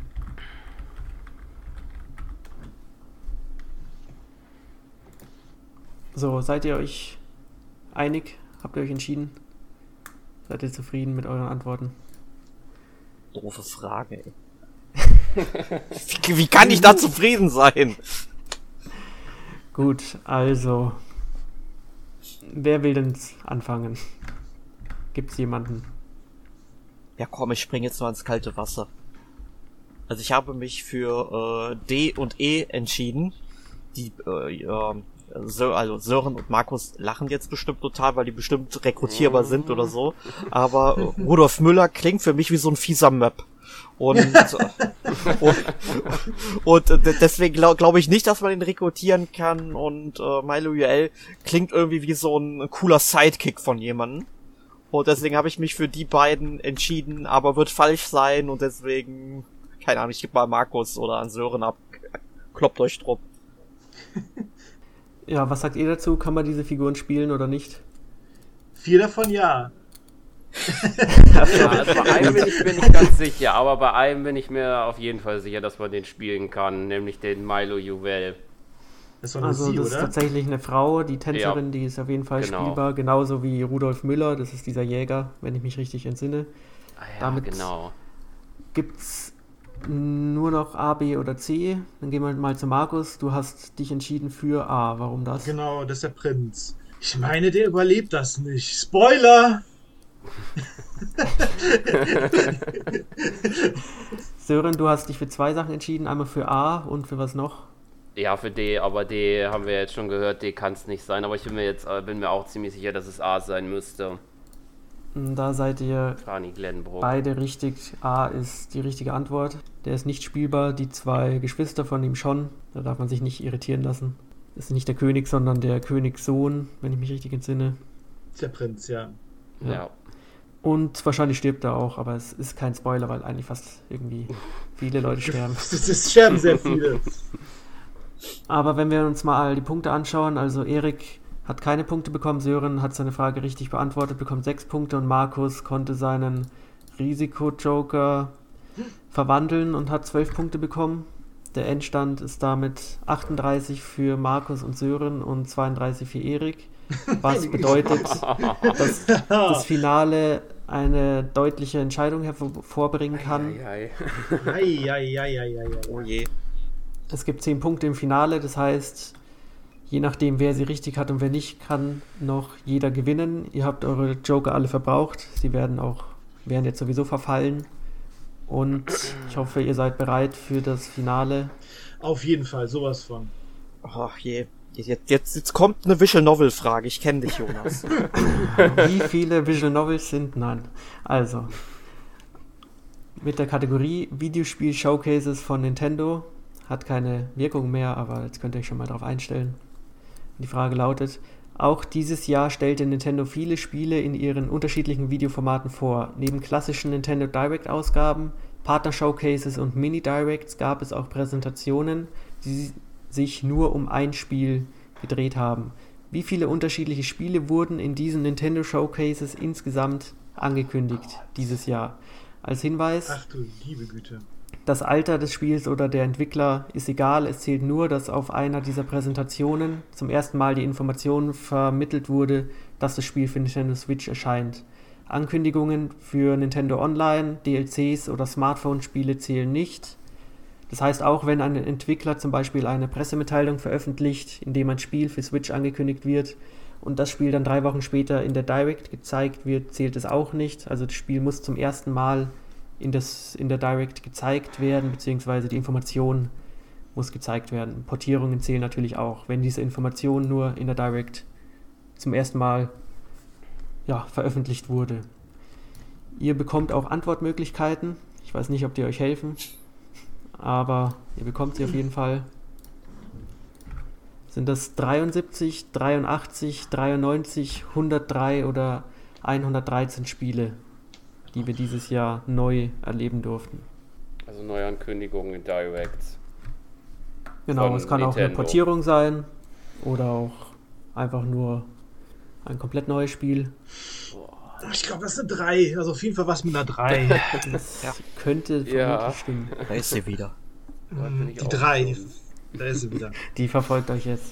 So, seid ihr euch einig? Habt ihr euch entschieden? Seid ihr zufrieden mit euren Antworten?
Doofe Frage, ey. wie, wie kann ich da zufrieden sein?
Gut, also wer will denn anfangen? Gibt's jemanden?
Ja komm, ich springe jetzt mal ins kalte Wasser. Also ich habe mich für äh, D und E entschieden. Die äh, äh, Sö- also Sören und Markus lachen jetzt bestimmt total, weil die bestimmt rekrutierbar sind oder so. Aber äh, Rudolf Müller klingt für mich wie so ein fieser Möb. Und, und, und äh, deswegen glaube glaub ich nicht, dass man ihn rekrutieren kann. Und äh, Milo Juel klingt irgendwie wie so ein cooler Sidekick von jemandem. Und deswegen habe ich mich für die beiden entschieden, aber wird falsch sein. Und deswegen, keine Ahnung, ich gebe mal Markus oder an Sören ab. Kloppt euch drum.
Ja, was sagt ihr dazu? Kann man diese Figuren spielen oder nicht?
Vier davon ja.
Ja, also bei einem bin ich mir nicht ganz sicher, aber bei einem bin ich mir auf jeden Fall sicher, dass man den spielen kann, nämlich den Milo Juvel.
Das war
Also
sie,
das
oder?
ist tatsächlich eine Frau, die Tänzerin,
Ja.
die ist auf jeden Fall
Genau.
spielbar, genauso wie Rudolf Müller, das ist dieser Jäger, wenn ich mich richtig entsinne.
Ah ja,
Damit-
genau.
Gibt's nur noch A, B oder C? Dann gehen wir mal zu Markus. Du hast dich entschieden für A. Warum das?
Genau, das ist der Prinz. Ich meine, der überlebt das nicht. Spoiler!
Sören, du hast dich für zwei Sachen entschieden, einmal für A und für was noch?
Ja, für D, aber D haben wir jetzt schon gehört, D kann es nicht sein, aber ich bin mir jetzt äh, bin mir auch ziemlich sicher, dass es A sein müsste.
Da seid ihr
Rani Glenbrook.
beide richtig. A ist die richtige Antwort. Der ist nicht spielbar, die zwei Geschwister von ihm schon. Da darf man sich nicht irritieren lassen. Das ist nicht der König, sondern der Königssohn, wenn ich mich richtig entsinne.
Das ist der Prinz, ja.
Ja.
Ja.
Und wahrscheinlich stirbt er auch, aber es ist kein Spoiler, weil eigentlich fast irgendwie viele Leute sterben.
Das, das sterben sehr viele.
Aber wenn wir uns mal die Punkte anschauen, also Erik hat keine Punkte bekommen, Sören hat seine Frage richtig beantwortet, bekommt sechs Punkte und Markus konnte seinen Risiko-Joker verwandeln und hat zwölf Punkte bekommen. Der Endstand ist damit achtunddreißig für Markus und Sören und zweiunddreißig für Erik, was bedeutet, dass das Finale eine deutliche Entscheidung hervorbringen kann.
Ei, ei, ei.
Eieieiei.
Oh je.
Es gibt zehn Punkte im Finale, das heißt, je nachdem, wer sie richtig hat und wer nicht, kann noch jeder gewinnen. Ihr habt eure Joker alle verbraucht. Sie werden auch, werden jetzt sowieso verfallen. Und ich hoffe, ihr seid bereit für das Finale.
Auf jeden Fall, sowas von.
Ach je. Jetzt, jetzt, jetzt kommt eine Visual Novel Frage. Ich kenne dich, Jonas.
Wie viele Visual Novels sind? Nein. Also, mit der Kategorie Videospiel Showcases von Nintendo. Hat keine Wirkung mehr, aber jetzt könnt ihr euch schon mal drauf einstellen. Die Frage lautet: Auch dieses Jahr stellte Nintendo viele Spiele in ihren unterschiedlichen Videoformaten vor. Neben klassischen Nintendo Direct-Ausgaben, Partner-Showcases und Mini-Directs gab es auch Präsentationen, die sich nur um ein Spiel gedreht haben. Wie viele unterschiedliche Spiele wurden in diesen Nintendo Showcases insgesamt angekündigt dieses Jahr? Als Hinweis:
Ach du liebe Güte.
Das Alter des Spiels oder der Entwickler ist egal, es zählt nur, dass auf einer dieser Präsentationen zum ersten Mal die Information vermittelt wurde, dass das Spiel für Nintendo Switch erscheint. Ankündigungen für Nintendo Online, D L Cs oder Smartphone-Spiele zählen nicht. Das heißt, auch wenn ein Entwickler zum Beispiel eine Pressemitteilung veröffentlicht, in dem ein Spiel für Switch angekündigt wird und das Spiel dann drei Wochen später in der Direct gezeigt wird, zählt es auch nicht. Also das Spiel muss zum ersten Mal in, das, in der Direct gezeigt werden, beziehungsweise die Information muss gezeigt werden. Portierungen zählen natürlich auch, wenn diese Information nur in der Direct zum ersten Mal ja, veröffentlicht wurde. Ihr bekommt auch Antwortmöglichkeiten. Ich weiß nicht, ob die euch helfen, aber ihr bekommt sie auf jeden Fall. Sind das dreiundsiebzig, dreiundachtzig, dreiundneunzig, hundertdrei oder hundertdreizehn Spiele, die wir dieses Jahr neu erleben durften?
Also Neuankündigungen in Directs.
Genau,
Von
es kann auch eine
Nintendo.
Portierung sein oder auch einfach nur ein komplett neues Spiel.
Ich glaube, das sind drei. Also auf jeden Fall was mit einer drei.
Das
Ja.
könnte vermutlich
Ja.
stimmen.
Da ist sie wieder.
Da bin ich
Die
auch
drei.
schon.
Die, da ist sie wieder.
Die verfolgt euch jetzt.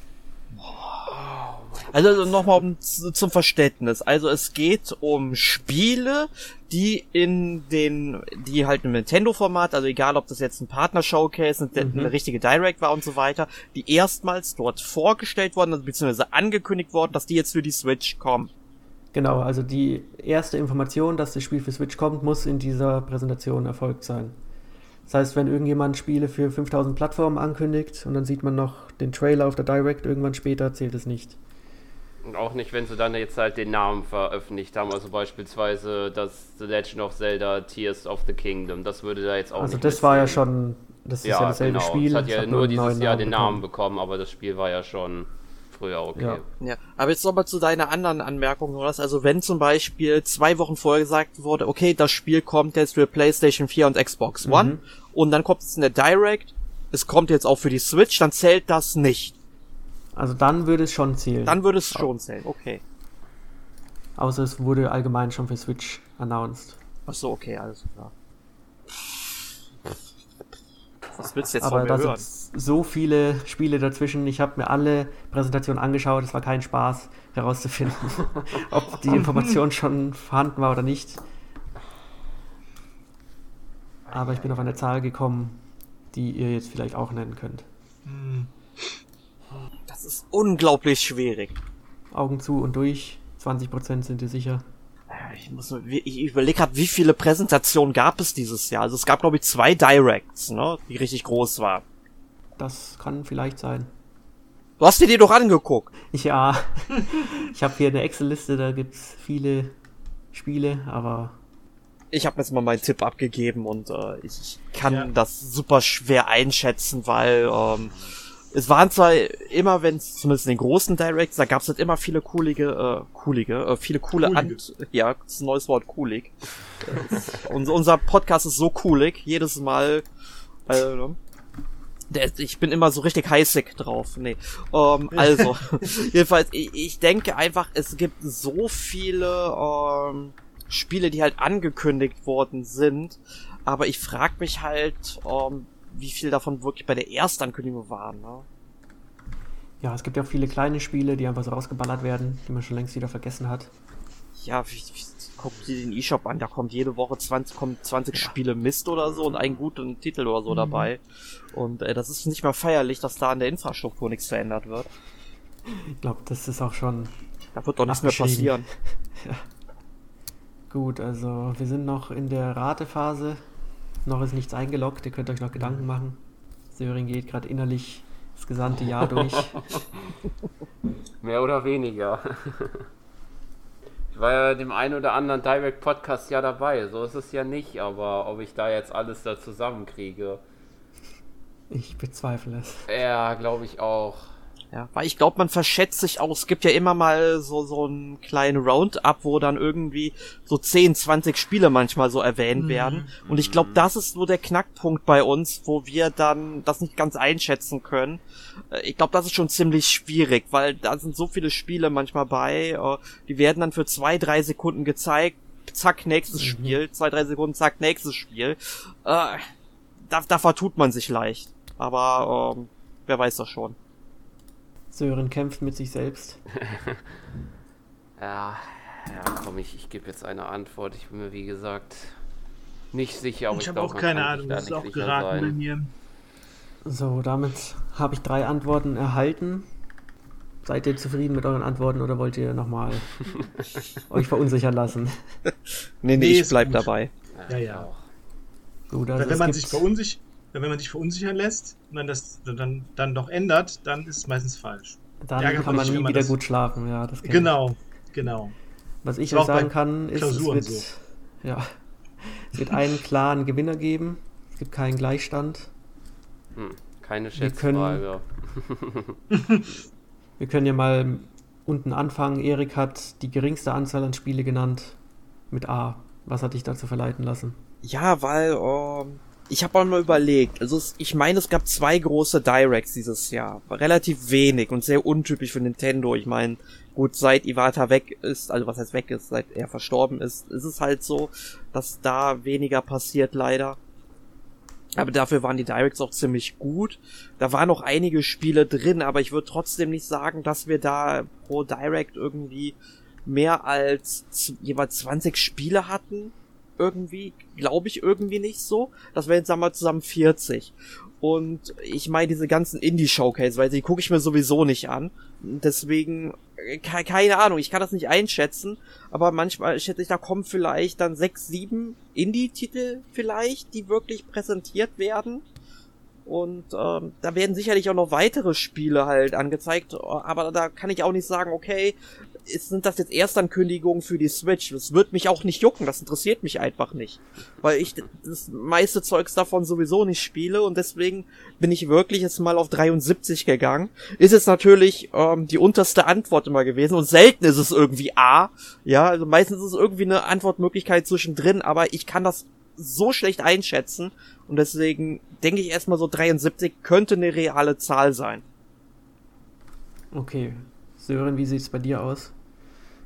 Also nochmal um, zum Verständnis. Also es geht um Spiele, die in den, die halt im Nintendo-Format, also egal ob das jetzt ein Partner-Showcase, eine,
Mhm.
eine richtige Direct war und so weiter, die erstmals dort vorgestellt worden, also beziehungsweise angekündigt worden, dass die jetzt für die Switch kommen.
Genau, also die erste Information, dass das Spiel für Switch kommt, muss in dieser Präsentation erfolgt sein. Das heißt, wenn irgendjemand Spiele für fünftausend Plattformen ankündigt und dann sieht man noch den Trailer auf der Direct irgendwann später, zählt es nicht.
Und auch nicht, wenn sie dann jetzt halt den Namen veröffentlicht haben, also beispielsweise das The Legend of Zelda Tears of the Kingdom, das würde da jetzt auch
Also
nicht
das war ja
mitzählen.
schon, das ist ja,
Ja,
dasselbe
genau.
Spiel.
Es hat ja
hat
nur
einen
dieses
neuen
Jahr den Namen
bekommen.
bekommen, aber das Spiel war ja schon früher okay.
Ja.
Ja, aber jetzt nochmal zu deiner anderen Anmerkung, Jonas. Also wenn zum Beispiel zwei Wochen vorher gesagt wurde, okay, das Spiel kommt jetzt für PlayStation vier und Xbox One
Mhm.
und dann kommt es in der Direct, es kommt jetzt auch für die Switch, dann zählt das nicht.
Also dann würde es schon zählen.
Dann würde es schon zählen, okay.
Außer es wurde allgemein schon für Switch announced.
Ach so, okay, alles klar. Was willst du jetzt
Aber
von mir
da
hören?
sind so viele Spiele dazwischen. Ich habe mir alle Präsentationen angeschaut. Es war kein Spaß herauszufinden, ob die Information schon vorhanden war oder nicht. Aber ich bin auf eine Zahl gekommen, die ihr jetzt vielleicht auch nennen könnt.
Das ist unglaublich schwierig.
Augen zu und durch. zwanzig Prozent sind ihr sicher.
Ich muss, ich überlege gerade, wie viele Präsentationen gab es dieses Jahr? Also es gab, glaube ich, zwei Directs, ne, die richtig groß waren.
Das kann vielleicht sein.
Du hast dir die doch angeguckt.
Ja, ich habe hier eine Excel-Liste, da gibt's viele Spiele, aber
Ich habe jetzt mal meinen Tipp abgegeben und äh, ich kann
Ja.
das super schwer einschätzen, weil ähm, es waren zwar immer, wenn es zumindest in den großen Directs, da gab es halt immer viele coolige, äh, coolige, äh, viele coole
Coolige.
Ant ja, das ist ein neues Wort, coolig. Äh, ist- unser, unser Podcast ist so coolig, jedes Mal. Äh, der, ich bin immer so richtig heißig drauf. Nee. Ähm, also, jedenfalls, ich, ich denke einfach, es gibt so viele ähm, Spiele, die halt angekündigt worden sind, aber ich frag mich halt, ähm, wie viel davon wirklich bei der Erstankündigung waren, ne?
ja, es gibt ja auch viele kleine Spiele, die einfach so rausgeballert werden, die man schon längst wieder vergessen hat.
Ja, wie, wie, guck dir den E-Shop an, da kommt jede Woche zwanzig, kommt zwanzig Spiele Mist oder so und einen guten Titel oder so dabei. Und äh, das ist nicht mal feierlich, dass da an der Infrastruktur nichts verändert wird.
Ich glaube, das ist auch schon
Da wird doch nichts mehr
abgeschrieben.
passieren.
Gut. Also wir sind noch in der Ratephase. Noch ist nichts eingeloggt, ihr könnt euch noch Gedanken machen. Sören geht gerade innerlich das gesamte Jahr durch.
Mehr oder weniger. Ich war ja in dem einen oder anderen Direct-Podcast ja dabei. So ist es ja nicht, aber ob ich da jetzt alles da zusammenkriege,
Ich bezweifle es.
ja, glaube ich auch.
Ja, weil ich glaube, man verschätzt sich auch. Es gibt ja immer mal so so einen kleinen Roundup, wo dann irgendwie so zehn, zwanzig Spiele manchmal so erwähnt werden. Und ich glaube, das ist so der Knackpunkt bei uns, wo wir dann das nicht ganz einschätzen können. Äh, Ich glaube, das ist schon ziemlich schwierig, weil da sind so viele Spiele manchmal bei, äh, die werden dann für zwei, drei Sekunden gezeigt, zack, nächstes Spiel, zwei, drei Sekunden, zack, nächstes Spiel. Äh, da, da vertut man sich leicht. Aber ähm, wer weiß das schon.
Sören kämpft mit sich selbst.
Ja, ja, komm, ich, ich gebe jetzt eine Antwort. Ich bin mir, wie gesagt, nicht sicher, aber ich,
Ich habe
glaube,
auch
man
keine
kann
Ahnung,
sich da
das ist
nicht
auch
sicher
geraten bei
sein.
mir.
So, damit habe ich drei Antworten erhalten. Seid ihr zufrieden mit euren Antworten oder wollt ihr nochmal euch verunsichern lassen?
Nee, nee,
Nee,
ich
ist
bleib
gut.
dabei.
Ja,
ich
ja.
auch.
Gut, also
Weil wenn
es
man
gibt-
sich verunsichert, wenn man sich verunsichern lässt und dann das dann, dann doch ändert, dann ist es meistens falsch.
dann
ärgert
kann man
mich,
nie
wenn man
wieder
das-
gut schlafen. Ja, das kenn
Genau, genau.
Ich. Was ich
Das war
euch
auch bei
sagen kann, ist, es
Klausuren
wird,
so.
ja, es wird einen klaren Gewinner geben. Es gibt keinen Gleichstand.
Hm, keine
Wir können-
Schätzfrage.
Wir können ja mal unten anfangen. Erik hat die geringste Anzahl an Spiele genannt mit A. Was hat dich dazu verleiten lassen?
Ja, weil, ähm, ich habe auch mal überlegt, also es, ich meine, es gab zwei große Directs dieses Jahr. Relativ wenig und sehr untypisch für Nintendo. Ich meine, gut, seit Iwata weg ist, also was heißt weg ist, seit er verstorben ist, ist es halt so, dass da weniger passiert leider. Aber dafür waren die Directs auch ziemlich gut. Da waren noch einige Spiele drin, aber ich würde trotzdem nicht sagen, dass wir da pro Direct irgendwie mehr als z- jeweils zwanzig Spiele hatten. Irgendwie, glaube ich irgendwie nicht so. Das wären jetzt, sagen wir mal, zusammen vierzig. Und ich meine, diese ganzen Indie-Showcase, weil die gucke ich mir sowieso nicht an. Deswegen, äh, ke- keine Ahnung, ich kann das nicht einschätzen. Aber manchmal schätze ich, da kommen vielleicht dann sechs, sieben Indie-Titel vielleicht, die wirklich präsentiert werden. Und ähm, da werden sicherlich auch noch weitere Spiele halt angezeigt. Aber da kann ich auch nicht sagen, okay, ist, sind das jetzt Erstankündigungen für die Switch? Das wird mich auch nicht jucken, das interessiert mich einfach nicht. Weil ich das meiste Zeugs davon sowieso nicht spiele und deswegen bin ich wirklich jetzt mal auf dreiundsiebzig gegangen. Ist jetzt natürlich ähm, die unterste Antwort immer gewesen und selten ist es irgendwie A. Ja, also meistens ist es irgendwie eine Antwortmöglichkeit zwischendrin, aber ich kann das so schlecht einschätzen und deswegen denke ich erstmal so dreiundsiebzig könnte eine reale Zahl sein.
Okay. Sören, wie sieht es bei dir aus?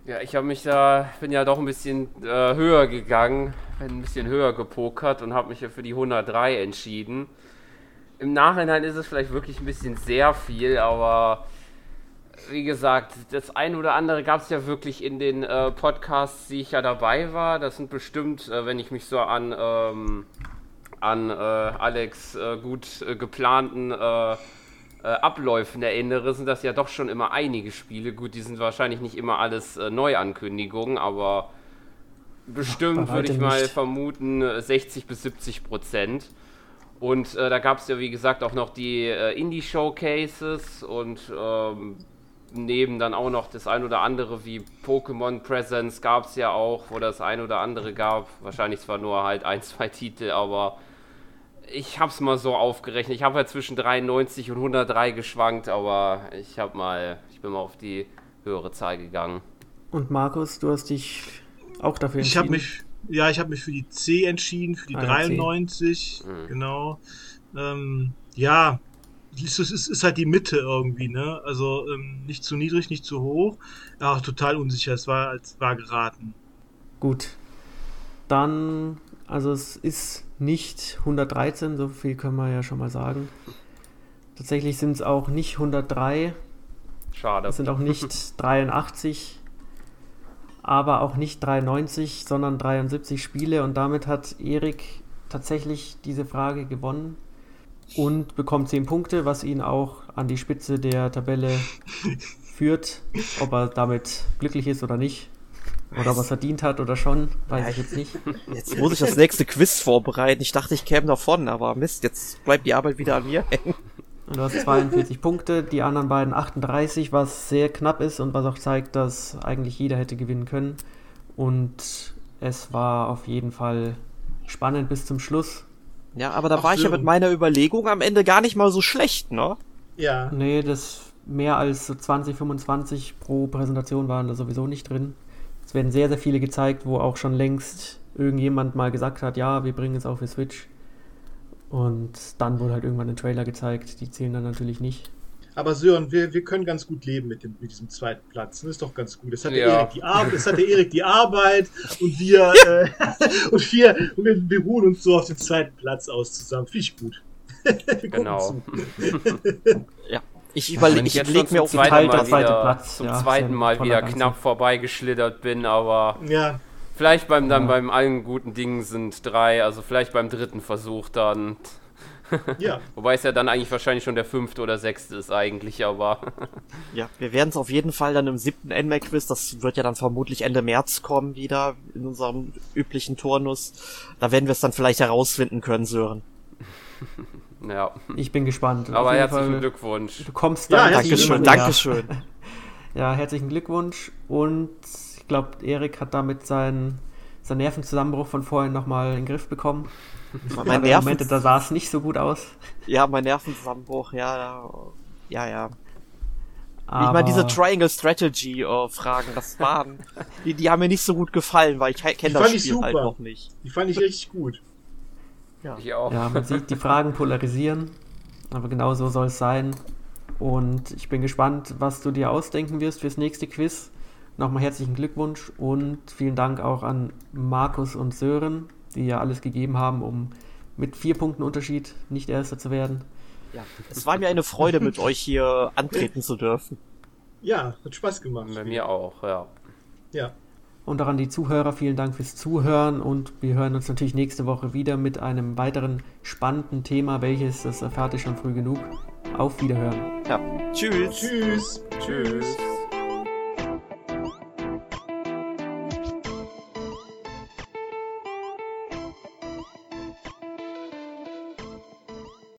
Ja, ich habe mich da, bin ja doch ein bisschen äh, höher gegangen, bin ein bisschen höher gepokert und habe mich ja für die hundertdrei entschieden. Im Nachhinein ist es vielleicht wirklich ein bisschen sehr viel, aber wie gesagt, das eine oder andere gab es ja wirklich in den äh, Podcasts, die ich ja dabei war. Das sind bestimmt, äh, wenn ich mich so an, ähm, an äh, Alex äh, gut äh, geplanten äh, Äh, Abläufen erinnere, sind das ja doch schon immer einige Spiele. Gut, die sind wahrscheinlich nicht immer alles äh, Neuankündigungen, aber bestimmt würde ich mal nicht. vermuten sechzig bis siebzig Prozent. Und äh, da gab es ja wie gesagt auch noch die äh, Indie-Showcases und ähm, neben dann auch noch das ein oder andere wie Pokémon Presents gab es ja auch, wo das ein oder andere gab. Wahrscheinlich zwar nur halt ein, zwei Titel, aber ich hab's mal so aufgerechnet. Ich habe halt zwischen dreiundneunzig und hundertdrei geschwankt, aber ich hab mal, ich bin mal auf die höhere Zahl gegangen.
Und Markus, du hast dich auch dafür entschieden?
Ich habe mich, ja, ich habe mich für die C entschieden, für die ah, dreiundneunzig, mhm. genau. Ähm, ja, es ist, ist, ist halt die Mitte irgendwie, ne? Also ähm, nicht zu niedrig, nicht zu hoch. Ja, total unsicher. Es war, es war geraten.
Gut, dann, also es ist nicht hundertdreizehn, so viel können wir ja schon mal sagen. Tatsächlich sind es auch nicht hundertdrei.
Schade.
Es sind auch nicht dreiundachtzig, aber auch nicht dreiundneunzig, sondern dreiundsiebzig Spiele. Und damit hat Erik tatsächlich diese Frage gewonnen und bekommt zehn Punkte, was ihn auch an die Spitze der Tabelle führt. Ob er damit glücklich ist oder nicht. Oder ob er es verdient hat oder schon, weiß ja, ich jetzt nicht.
Jetzt muss ich das nächste Quiz vorbereiten. Ich dachte, ich käme davon, aber Mist, jetzt bleibt die Arbeit wieder an mir hängen.
Du hast zweiundvierzig Punkte, die anderen beiden achtunddreißig, was sehr knapp ist und was auch zeigt, dass eigentlich jeder hätte gewinnen können. Und es war auf jeden Fall spannend bis zum Schluss.
Ja, aber da Ach, war ich ja mit meiner Überlegung am Ende gar nicht mal so schlecht, ne?
Ja.
Nee, das mehr als so zwanzig, fünfundzwanzig pro Präsentation waren da sowieso nicht drin. Es werden sehr, sehr viele gezeigt, wo auch schon längst irgendjemand mal gesagt hat, ja, wir bringen es auch für Switch. Und dann wurde halt irgendwann ein Trailer gezeigt, die zählen dann natürlich nicht.
Aber Sören, wir, wir können ganz gut leben mit, dem, mit diesem zweiten Platz. Das ist doch ganz gut. Es hat der
ja.
Erik die Arbeit, es hat der Erik die Arbeit und wir, äh, und wir, und wir beruhen uns so auf den zweiten Platz aus zusammen. Finde ich gut.
Genau.
Ja. Ich überlege, ich, ich leg mir auch
zum zweiten Mal
zweite
wieder,
Platz.
zum
ja,
zweiten Mal wieder
Ganze.
knapp vorbeigeschlittert bin, aber
ja.
vielleicht beim dann
ja.
beim allen guten Dingen sind drei, also vielleicht beim dritten Versuch dann.
Ja.
Wobei es ja dann eigentlich wahrscheinlich schon der fünfte oder sechste ist eigentlich, aber
ja, wir werden es auf jeden Fall dann im siebten N M A C-Quiz, das wird ja dann vermutlich Ende März kommen wieder in unserem üblichen Turnus. Da werden wir es dann vielleicht herausfinden können, Sören.
Ja.
Ich bin gespannt.
Aber herzlichen Fall, Glückwunsch.
Du kommst
ja,
da.
Dankeschön, Dankeschön.
Ja, herzlichen Glückwunsch. Und ich glaube, Erik hat damit seinen, seinen Nervenzusammenbruch von vorhin nochmal in den Griff bekommen.
Mein Nerven...
Momente, da sah es nicht so gut aus.
Ja, mein Nervenzusammenbruch, ja, ja, ja.
Aber
ich meine, diese Triangle Strategy äh, Fragen, das waren, die, die haben mir nicht so gut gefallen, weil ich kenne das Spiel halt noch nicht.
Die fand ich richtig gut.
Ja. Ich auch.
Ja, man sieht, die Fragen polarisieren, aber genau so soll es sein. Und ich bin gespannt, was du dir ausdenken wirst fürs nächste Quiz. Nochmal herzlichen Glückwunsch und vielen Dank auch an Markus und Sören, die ja alles gegeben haben, um mit vier Punkten Unterschied nicht Erster zu werden.
Ja, es war mir eine Freude, mit euch hier antreten zu dürfen.
Ja, hat Spaß gemacht.
Bei mir auch, ja.
Ja.
Und auch an die Zuhörer, vielen Dank fürs Zuhören und wir hören uns natürlich nächste Woche wieder mit einem weiteren spannenden Thema, welches, das erfahrt ihr schon früh genug. Auf Wiederhören.
Ja, tschüss.
Tschüss.
Tschüss.